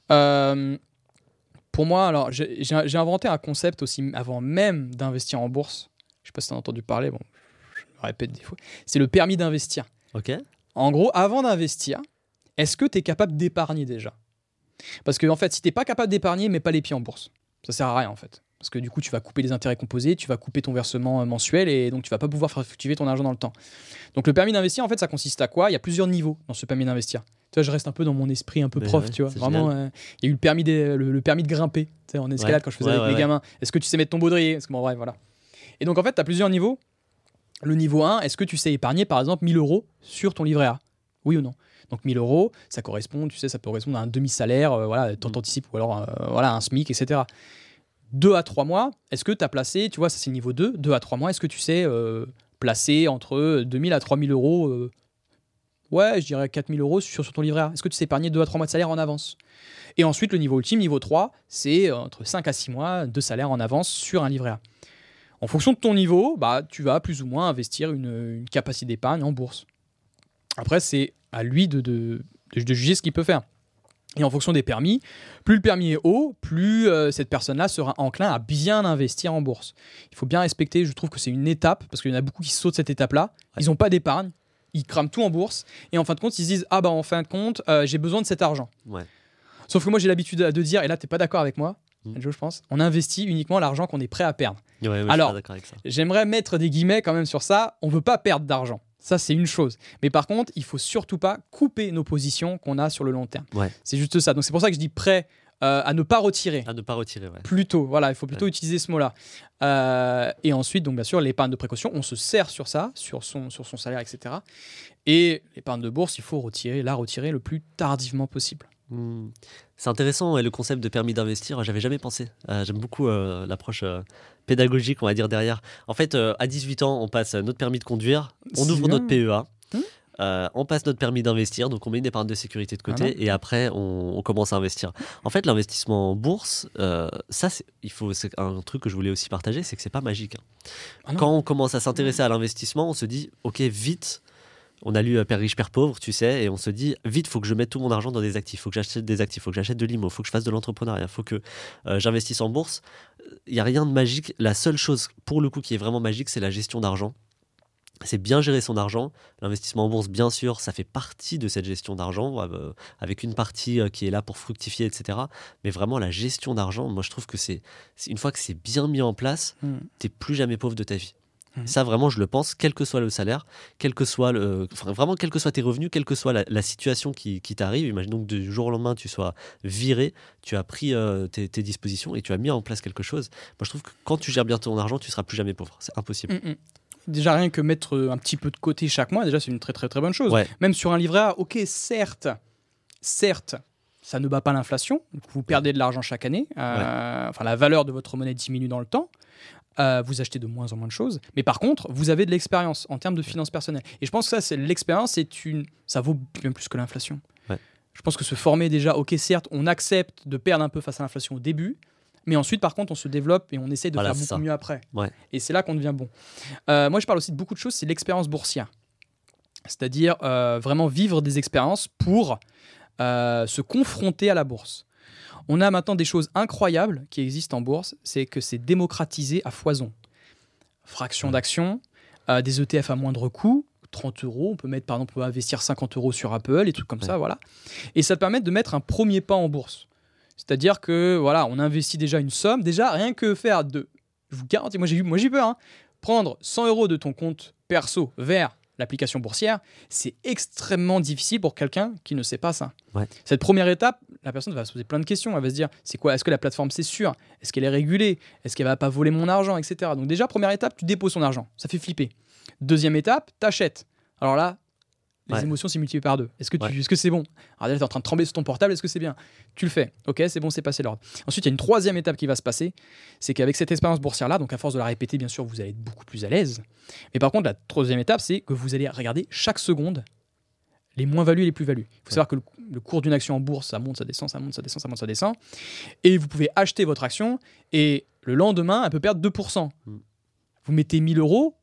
Euh, pour moi, alors j'ai, j'ai inventé un concept aussi avant même d'investir en bourse. Je ne sais pas si tu as entendu parler, bon, je me répète des fois. C'est le permis d'investir. Ok. En gros, avant d'investir, est-ce que tu es capable d'épargner déjà? Parce que en fait, si tu n'es pas capable d'épargner, mets pas les pieds en bourse. Ça sert à rien en fait. Parce que du coup, tu vas couper les intérêts composés, tu vas couper ton versement mensuel et donc tu vas pas pouvoir faire fructifier ton argent dans le temps. Donc le permis d'investir, en fait, ça consiste à quoi? Il y a plusieurs niveaux dans ce permis d'investir. Tu vois, je reste un peu dans mon esprit un peu Mais prof, ouais, tu vois. Vraiment, euh, il y a eu le permis, des, le, le permis de grimper, tu sais, en escalade ouais, quand je faisais ouais, avec ouais, les ouais. gamins. Est-ce que tu sais mettre ton baudrier? Parce que bon, bref, voilà. Et donc en fait, tu as plusieurs niveaux. Le niveau un, est-ce que tu sais épargner par exemple mille euros sur ton livret A? Oui ou non? Donc mille euros, ça correspond, tu sais, ça peut correspondre à un demi-salaire, euh, voilà, tant t'anticipes, ou alors euh, voilà, un SMIC, et cetera. deux à trois mois, est-ce que tu as placé, tu vois, ça c'est le niveau deux, deux à trois mois, est-ce que tu sais euh, placer entre deux mille à trois mille euros euh, ouais, je dirais quatre mille euros sur, sur ton livret A. Est-ce que tu sais épargner deux à trois mois de salaire en avance? Et ensuite, le niveau ultime, niveau trois, c'est entre cinq à six mois de salaire en avance sur un livret A. En fonction de ton niveau, bah, tu vas plus ou moins investir une, une capacité d'épargne en bourse. Après, c'est à lui de, de, de, de juger ce qu'il peut faire. Et en fonction des permis, plus le permis est haut, plus euh, cette personne-là sera enclin à bien investir en bourse. Il faut bien respecter, je trouve que c'est une étape, parce qu'il y en a beaucoup qui sautent cette étape-là, ouais. Ils n'ont pas d'épargne, ils crament tout en bourse, et en fin de compte, ils se disent « Ah bah en fin de compte, euh, j'ai besoin de cet argent. Ouais. » Sauf que moi, j'ai l'habitude de dire, et là, tu n'es pas d'accord avec moi, mmh. Joe, je pense, on investit uniquement l'argent qu'on est prêt à perdre. Ouais, ouais, Alors, je suis pas d'accord avec ça. J'aimerais mettre des guillemets quand même sur ça, on ne veut pas perdre d'argent. Ça, c'est une chose. Mais par contre, il ne faut surtout pas couper nos positions qu'on a sur le long terme. Ouais. C'est juste ça. Donc, c'est pour ça que je dis prêt euh, à ne pas retirer. À ne pas retirer, ouais. Plutôt. Voilà, il faut plutôt ouais. utiliser ce mot-là. Euh, et ensuite, donc, bien sûr, l'épargne de précaution, on se sert sur ça, sur son, sur son salaire, et cetera. Et l'épargne de bourse, il faut retirer, la retirer le plus tardivement possible. Mmh. C'est intéressant, ouais, le concept de permis d'investir. J'avais jamais pensé. Euh, j'aime beaucoup euh, l'approche euh, pédagogique, on va dire, derrière. En fait, euh, à dix-huit ans, on passe notre permis de conduire, on C'est ouvre bien. notre P E A. Mmh. Euh, on passe notre permis d'investir, donc on met une épargne de sécurité de côté ah et après on, on commence à investir. En fait, l'investissement en bourse, euh, ça, c'est, il faut, c'est un truc que je voulais aussi partager, c'est que c'est pas magique. Hein. Ah Quand on commence à s'intéresser à l'investissement, on se dit, ok, vite, on a lu euh, Père riche, Père pauvre, tu sais, et on se dit, vite, il faut que je mette tout mon argent dans des actifs, il faut que j'achète des actifs, il faut que j'achète de l'immo, il faut que je fasse de l'entrepreneuriat, il faut que euh, j'investisse en bourse. Il n'y a rien de magique. La seule chose, pour le coup, qui est vraiment magique, c'est la gestion d'argent. C'est bien gérer son argent. L'investissement en bourse, bien sûr, ça fait partie de cette gestion d'argent, euh, avec une partie euh, qui est là pour fructifier, et cetera. Mais vraiment, la gestion d'argent, moi, je trouve que c'est, c'est une fois que c'est bien mis en place, mmh. tu n'es plus jamais pauvre de ta vie. Mmh. Ça, vraiment, je le pense, quel que soit le salaire, quel que soit le, enfin, vraiment, quels que soient tes revenus, quelle que soit la, la situation qui, qui t'arrive. Imaginons que du jour au lendemain, tu sois viré, tu as pris euh, tes, tes dispositions et tu as mis en place quelque chose. Moi, je trouve que quand tu gères bien ton argent, tu ne seras plus jamais pauvre. C'est impossible. Mmh. Déjà, rien que mettre un petit peu de côté chaque mois, déjà, c'est une très très très bonne chose. Ouais. Même sur un livret A, ok, certes, certes, ça ne bat pas l'inflation. Donc vous perdez de l'argent chaque année. Euh, ouais. Enfin, la valeur de votre monnaie diminue dans le temps. Euh, vous achetez de moins en moins de choses. Mais par contre, vous avez de l'expérience en termes de finances personnelles. Et je pense que ça, c'est l'expérience, c'est une... ça vaut bien plus que l'inflation. Ouais. Je pense que se former déjà, ok, certes, on accepte de perdre un peu face à l'inflation au début. Mais ensuite, par contre, on se développe et on essaie de voilà, faire beaucoup ça. mieux après. Ouais. Et c'est là qu'on devient bon. Euh, moi, je parle aussi de beaucoup de choses, c'est l'expérience boursière. C'est-à-dire euh, vraiment vivre des expériences pour euh, se confronter à la bourse. On a maintenant des choses incroyables qui existent en bourse, c'est que c'est démocratisé à foison. Fraction ouais. d'action, euh, des E T F à moindre coût, trente euros, on peut mettre, par exemple, on peut investir cinquante euros sur Apple, des trucs comme ouais. ça, voilà. Et ça te permet de mettre un premier pas en bourse. C'est-à-dire que voilà, on investit déjà une somme, déjà rien que faire de, je vous garantis, moi j'ai, moi j'ai peur, hein, prendre cent euros de ton compte perso vers l'application boursière, c'est extrêmement difficile pour quelqu'un qui ne sait pas ça. Ouais. Cette première étape, la personne va se poser plein de questions, elle va se dire, c'est quoi, est-ce que la plateforme c'est sûr, est-ce qu'elle est régulée, est-ce qu'elle va pas voler mon argent, et cetera. Donc déjà première étape, tu déposes ton argent, ça fait flipper. Deuxième étape, t'achètes. Alors là. Les ouais. émotions, c'est multiplié par deux. Est-ce que, tu, ouais. est-ce que c'est bon ? Alors là, tu es en train de trembler sur ton portable, est-ce que c'est bien ? Tu le fais. Ok, c'est bon, c'est passé l'ordre. Ensuite, il y a une troisième étape qui va se passer, c'est qu'avec cette expérience boursière-là, donc à force de la répéter, bien sûr, vous allez être beaucoup plus à l'aise. Mais par contre, la troisième étape, c'est que vous allez regarder chaque seconde les moins-values et les plus-values. Il faut ouais. savoir que le, le cours d'une action en bourse, ça monte, ça descend, ça monte, ça descend, ça monte, ça descend. Et vous pouvez acheter votre action et le lendemain, elle peut perdre deux pour cent. Mm. Vous mettez mille euros,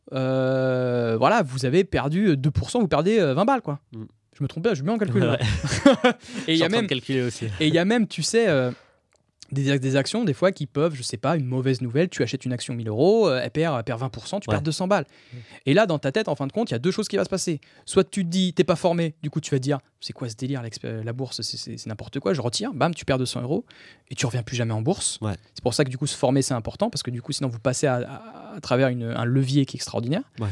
euh, voilà, vous avez perdu deux pour cent, vous perdez vingt balles, quoi. Mm. Je me trompe pas, je mets en calcul. Ouais. Et il y a même calculer aussi. Et il y a même, tu sais, euh, des, des actions des fois qui peuvent, je sais pas, une mauvaise nouvelle, tu achètes une action mille euros, elle perd, elle perd vingt pour cent, tu ouais. perds deux cents balles. Mmh. Et là, dans ta tête, en fin de compte, il y a deux choses qui vont se passer. Soit tu te dis, t'es pas formé, du coup tu vas te dire, c'est quoi ce délire, la bourse, c'est, c'est, c'est n'importe quoi, je retire, bam, tu perds deux cents euros et tu reviens plus jamais en bourse. Ouais. C'est pour ça que du coup se former c'est important parce que du coup sinon vous passez à, à, à travers une, un levier qui est extraordinaire. Ouais.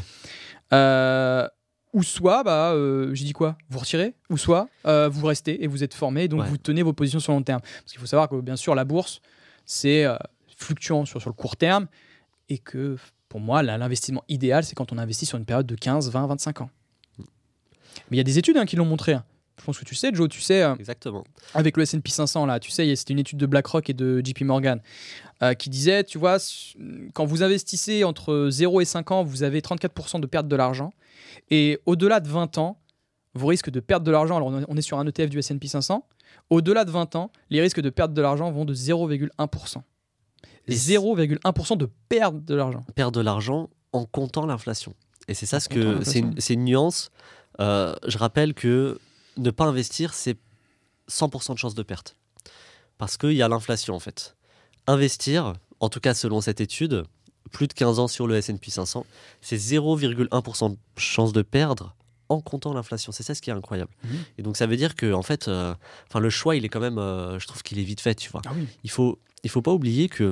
Euh, Ou soit, bah, euh, j'ai dit quoi ? Vous retirez ? Ou soit, euh, vous restez et vous êtes formé, donc ouais. vous tenez vos positions sur le long terme. Parce qu'il faut savoir que, bien sûr, la bourse, c'est euh, fluctuant sur, sur le court terme et que, pour moi, là, l'investissement idéal, c'est quand on investit sur une période de quinze, vingt, vingt-cinq ans. Mais il y a des études hein, qui l'ont montré. Hein. Je pense que tu sais, Joe, tu sais, euh, Exactement. avec le S and P cinq cents, là, tu sais, c'était une étude de BlackRock et de J P Morgan euh, qui disait, tu vois, quand vous investissez entre zéro et cinq ans, vous avez trente-quatre pour cent de perte de l'argent. Et au-delà de vingt ans, vos risques de perte de l'argent, alors on est sur un E T F du S and P cinq cents, au-delà de vingt ans, les risques de perte de l'argent vont de zéro virgule un pour cent. zéro virgule un pour cent de perte de l'argent. Perte de l'argent en comptant l'inflation. Et c'est ça, ce que, c'est, une, c'est une nuance. Euh, je rappelle que ne pas investir, c'est cent pour cent de chance de perte. Parce qu'il y a l'inflation, en fait. Investir, en tout cas selon cette étude, plus de quinze ans sur le S and P cinq cents, c'est zéro virgule un pour cent de chance de perdre en comptant l'inflation. C'est ça ce qui est incroyable. Mmh. Et donc ça veut dire que en fait, euh, le choix, il est quand même, euh, je trouve qu'il est vite fait, tu vois. Ah oui. Il faut, il faut pas oublier que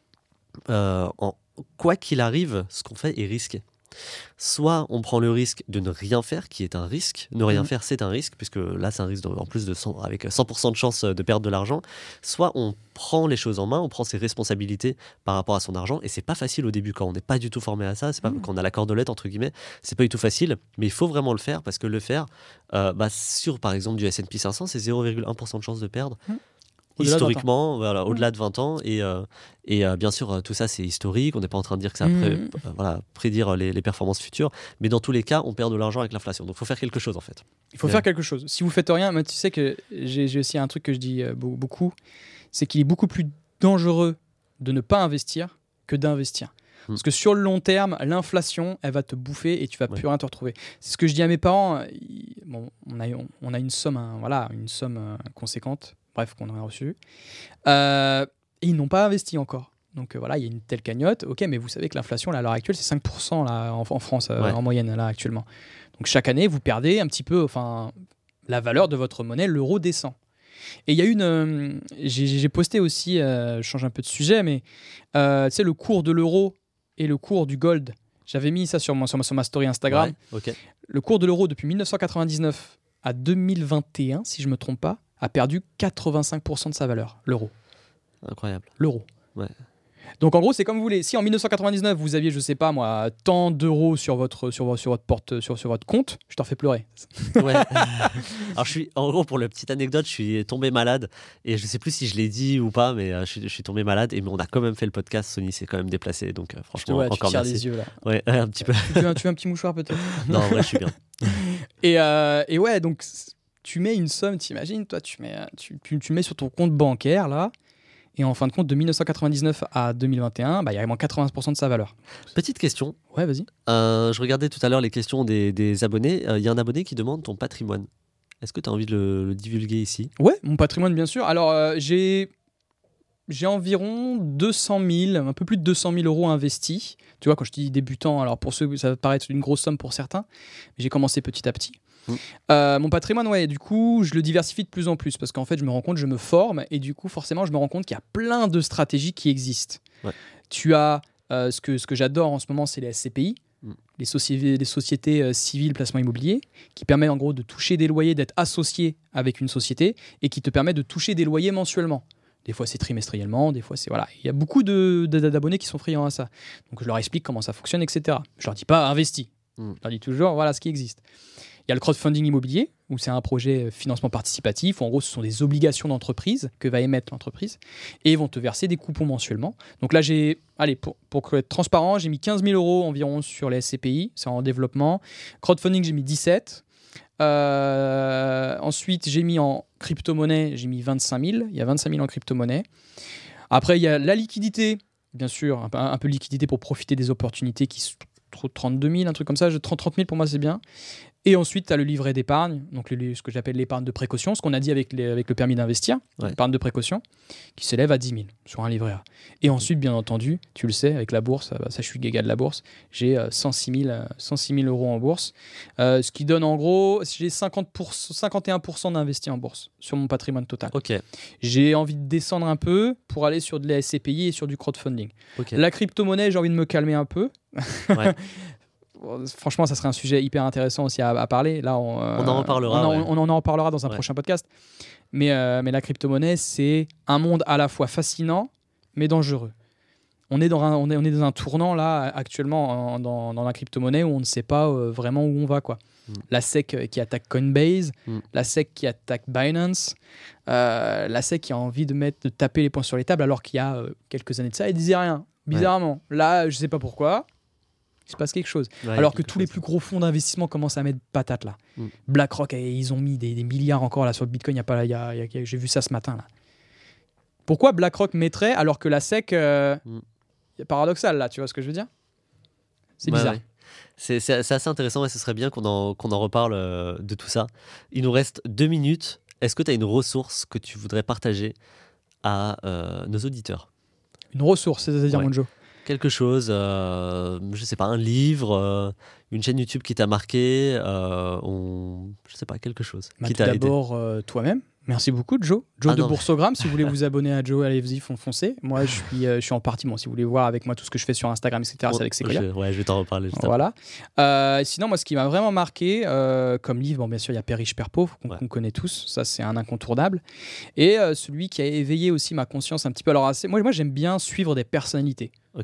euh, en, quoi qu'il arrive, ce qu'on fait est risqué. Soit on prend le risque de ne rien faire, qui est un risque. Ne rien mmh. faire, c'est un risque, puisque là, c'est un risque de, en plus de cent, avec cent pour cent de chance de perdre de l'argent. Soit on prend les choses en main, on prend ses responsabilités par rapport à son argent, et c'est pas facile au début quand on n'est pas du tout formé à ça, c'est pas mmh. quand on a la cordelette entre guillemets, c'est pas du tout facile, mais il faut vraiment le faire parce que le faire, euh, bah, sur par exemple du S and P cinq cents, c'est zéro virgule un pour cent de chance de perdre. Mmh. Au-delà historiquement, voilà, au-delà de vingt ans. Et, euh, et euh, bien sûr, tout ça, c'est historique. On n'est pas en train de dire que ça va pré- Mmh. euh, voilà, prédire les, les performances futures. Mais dans tous les cas, on perd de l'argent avec l'inflation. Donc, il faut faire quelque chose, en fait. Il faut Ouais. faire quelque chose. Si vous faites rien, moi, tu sais que j'ai, j'ai aussi un truc que je dis euh, beau- beaucoup, c'est qu'il est beaucoup plus dangereux de ne pas investir que d'investir. Hmm. Parce que sur le long terme, l'inflation, elle va te bouffer et tu vas Ouais. plus rien te retrouver. C'est ce que je dis à mes parents. Ils- bon, on a, on, on a une somme, hein, voilà, une somme euh, conséquente, bref, qu'on a reçue. Euh, et ils n'ont pas investi encore. Donc euh, voilà, il y a une telle cagnotte. Ok, mais vous savez que l'inflation, là, à l'heure actuelle, c'est cinq pour cent là, en, en France, euh, Ouais. en moyenne, là, actuellement. Donc chaque année, vous perdez un petit peu, enfin, la valeur de votre monnaie, l'euro descend. Et il y a une. Euh, j'ai, j'ai posté aussi, euh, je change un peu de sujet, mais euh, tu sais, le cours de l'euro et le cours du gold. J'avais mis ça sur, mon, sur, ma, sur ma story Instagram. Ouais, ok. Le cours de l'euro depuis dix-neuf cent quatre-vingt-dix-neuf à deux mille vingt et un, si je ne me trompe pas, a perdu quatre-vingt-cinq pour cent de sa valeur. L'euro. Incroyable. L'euro. Ouais. Donc en gros, c'est comme vous voulez. Si en dix-neuf cent quatre-vingt-dix-neuf, vous aviez, je sais pas moi, tant d'euros sur votre, sur, vo- sur votre porte, sur, sur votre compte, je t'en fais pleurer. Ouais. Alors, je suis, en gros, pour la petite anecdote, je suis tombé malade et je sais plus si je l'ai dit ou pas, mais euh, je, suis, je suis tombé malade et mais on a quand même fait le podcast. Sony s'est quand même déplacé, donc euh, franchement, Ouais, tu encore tires merci. les yeux là. Ouais, un petit peu. tu, veux un, tu veux un petit mouchoir peut-être? Non, en vrai, je suis bien. Et, euh, et ouais, donc tu mets une somme, t'imagines, toi, tu mets, tu, tu, tu mets sur ton compte bancaire là. Et en fin de compte, de dix-neuf cent quatre-vingt-dix-neuf à deux mille vingt et un, bah, il y a vraiment quatre-vingts pour cent de sa valeur. Petite question. Ouais, vas-y. Euh, je regardais tout à l'heure les questions des, des abonnés. Il euh, y a un abonné qui demande ton patrimoine. Est-ce que tu as envie de le, le divulguer ici? Ouais, mon patrimoine, bien sûr. Alors, euh, j'ai, j'ai environ deux cent mille, un peu plus de deux cent mille euros investis. Tu vois, quand je dis débutant, alors pour ceux, ça va paraître une grosse somme pour certains, mais j'ai commencé petit à petit. Mmh. Euh, mon patrimoine, ouais, du coup, je le diversifie de plus en plus parce qu'en fait, je me rends compte, je me forme et du coup, forcément, je me rends compte qu'il y a plein de stratégies qui existent. Ouais. Tu as euh, ce que, ce que j'adore en ce moment, c'est les S C P I, mmh. les, soci- les sociétés euh, civiles placement immobilier, qui permettent en gros de toucher des loyers, d'être associé avec une société et qui te permet de toucher des loyers mensuellement. Des fois, c'est trimestriellement, des fois, c'est... Voilà. Il y a beaucoup de, de, d'abonnés qui sont friands à ça. Donc, je leur explique comment ça fonctionne, et cetera. Je leur dis pas investi. Mmh. Je leur dis toujours, voilà ce qui existe. Il y a le crowdfunding immobilier, où c'est un projet financement participatif, où en gros, ce sont des obligations d'entreprise que va émettre l'entreprise, et ils vont te verser des coupons mensuellement. Donc là, j'ai, allez, pour, pour être transparent, j'ai mis quinze mille euros environ sur les S C P I, c'est en développement. Crowdfunding, j'ai mis dix-sept. Euh, ensuite, j'ai mis en crypto-monnaie, j'ai mis vingt-cinq mille. Il y a vingt-cinq mille en crypto-monnaie. Après, il y a la liquidité, bien sûr, un peu, un peu de liquidité pour profiter des opportunités qui sont trente-deux mille, un truc comme ça. trente mille pour moi, c'est bien. Et ensuite, tu as le livret d'épargne, donc le, ce que j'appelle l'épargne de précaution, ce qu'on a dit avec, les, avec le permis d'investir, ouais. L'épargne de précaution, qui s'élève à dix mille sur un livret A. Et ensuite, bien entendu, tu le sais, avec la bourse, bah, ça je suis gaga de la bourse, j'ai euh, cent six mille euros en bourse, euh, ce qui donne en gros, j'ai cinquante pour cent, cinquante et un pour cent d'investi en bourse sur mon patrimoine total. Okay. J'ai envie de descendre un peu pour aller sur de la S C P I et sur du crowdfunding. Okay. La crypto-monnaie, j'ai envie de me calmer un peu. Ouais. Franchement, ça serait un sujet hyper intéressant aussi à, à parler. Là, on, euh, on en reparlera. On, ouais. on, on en reparlera dans un ouais. prochain podcast. Mais, euh, mais la crypto-monnaie, c'est un monde à la fois fascinant, mais dangereux. On est dans un, on est, on est dans un tournant, là, actuellement, en, dans, dans la crypto-monnaie, où on ne sait pas euh, vraiment où on va, quoi. Mm. La S E C qui attaque Coinbase, mm. la S E C qui attaque Binance, euh, la S E C qui a envie de, mettre, de taper les points sur les tables, alors qu'il y a euh, quelques années de ça, elle disait rien. Bizarrement. Ouais. Là, je ne sais pas pourquoi. Il se passe quelque chose. Ouais, alors que tous chose. Les plus gros fonds d'investissement commencent à mettre patate là. Mm. BlackRock, ils ont mis des, des milliards encore là sur le Bitcoin. Y a pas, y a, y a, y a, j'ai vu ça ce matin là. Pourquoi BlackRock mettrait alors que la S E C, euh, mm. c'est paradoxal là, tu vois ce que je veux dire? C'est ouais, bizarre. Ouais. C'est, c'est, c'est assez intéressant et ce serait bien qu'on en, qu'on en reparle euh, de tout ça. Il nous reste deux minutes. Est-ce que tu as une ressource que tu voudrais partager à euh, nos auditeurs? Une ressource, c'est-à-dire ouais. mon Joe? Quelque chose, euh, je sais pas, un livre, euh, une chaîne YouTube qui t'a marqué, euh, on, je sais pas, quelque chose. Bah, qui tout t'a d'abord, euh, toi-même. Merci beaucoup, Joe. Joe ah de non, Boursogramme. Mais... si vous voulez vous abonner à Joe, allez-y, foncez. Moi, je suis, euh, je suis en partie. Bon, si vous voulez voir avec moi tout ce que je fais sur Instagram, et cetera, bon, c'est avec Sequoia. Je, ouais, je vais t'en reparler juste Voilà. Euh, sinon, moi, ce qui m'a vraiment marqué euh, comme livre, bon, bien sûr, il y a Père riche, Père pauvre, qu'on, ouais. qu'on connaît tous. Ça, c'est un incontournable. Et euh, celui qui a éveillé aussi ma conscience un petit peu. Alors, assez... moi, moi, j'aime bien suivre des personnalités. Ok.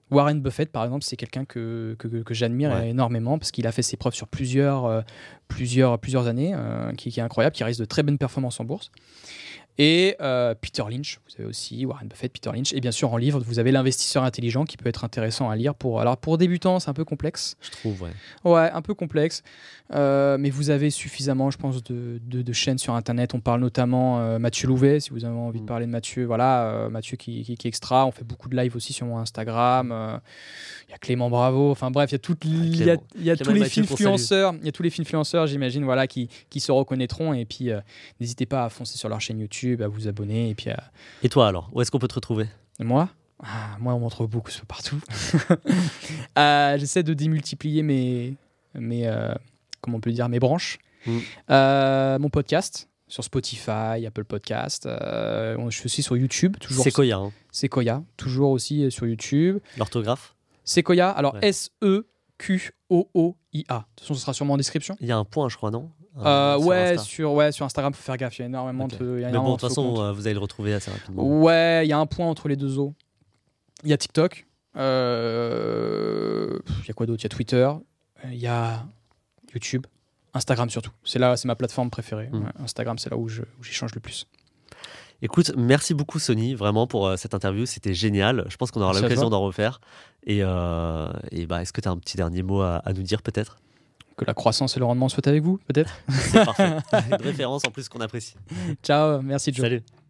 Warren Buffett, par exemple, c'est quelqu'un que, que, que j'admire Ouais. énormément parce qu'il a fait ses preuves sur plusieurs, euh, plusieurs, plusieurs années, euh, qui, qui est incroyable, qui réalise de très bonnes performances en bourse. Et euh, Peter Lynch, vous avez aussi Warren Buffett, Peter Lynch. Et bien sûr, en livre, vous avez L'investisseur intelligent qui peut être intéressant à lire. Pour, alors, pour débutants, c'est un peu complexe. Je trouve, ouais. Ouais, un peu complexe. Euh, mais vous avez suffisamment, je pense, de, de, de chaînes sur Internet. On parle notamment euh, Mathieu Louvet, si vous avez envie de parler de Mathieu. Voilà, euh, Mathieu qui, qui, qui est extra. On fait beaucoup de live aussi sur mon Instagram. Euh, Il y a Clément Bravo. Enfin bref, il y a, toutes, il y a, il y a tous les influenceurs. Il y a tous les influenceurs, j'imagine, voilà, qui, qui se reconnaîtront. Et puis, euh, n'hésitez pas à foncer sur leur chaîne YouTube, à vous abonner. Et, puis à... et toi alors, où est-ce qu'on peut te retrouver? Moi ah, Moi, on m'en trouve beaucoup partout. euh, J'essaie de démultiplier mes... mes euh, comment on peut dire, mes branches. Mmh. Euh, mon podcast sur Spotify, Apple Podcast. Euh, je suis aussi sur YouTube. Toujours. Sequoia. Hein. Sequoia, toujours aussi sur YouTube. L'orthographe? Sequoia, alors ouais. S E Q O O I A. De toute façon, ce sera sûrement en description. Il y a un point, je crois, non? euh, sur ouais, sur, ouais, sur Instagram, il faut faire gaffe. Il y a énormément okay. de. Y a Mais bon, de toute façon, euh, vous allez le retrouver assez rapidement. Ouais, il y a un point entre les deux os. Il y a TikTok. Il euh, y a quoi d'autre? Il y a Twitter. Il y a YouTube. Instagram surtout. C'est là, c'est ma plateforme préférée. Mmh. Ouais, Instagram, c'est là où, je, où j'échange le plus. Écoute, merci beaucoup Sony, vraiment pour euh, cette interview, c'était génial. Je pense qu'on aura merci l'occasion d'en refaire. Et, euh, et bah, est-ce que tu as un petit dernier mot à, à nous dire peut-être? Que la croissance et le rendement soient avec vous, peut-être. C'est parfait. Une référence en plus qu'on apprécie. Ciao, merci Joe. Salut.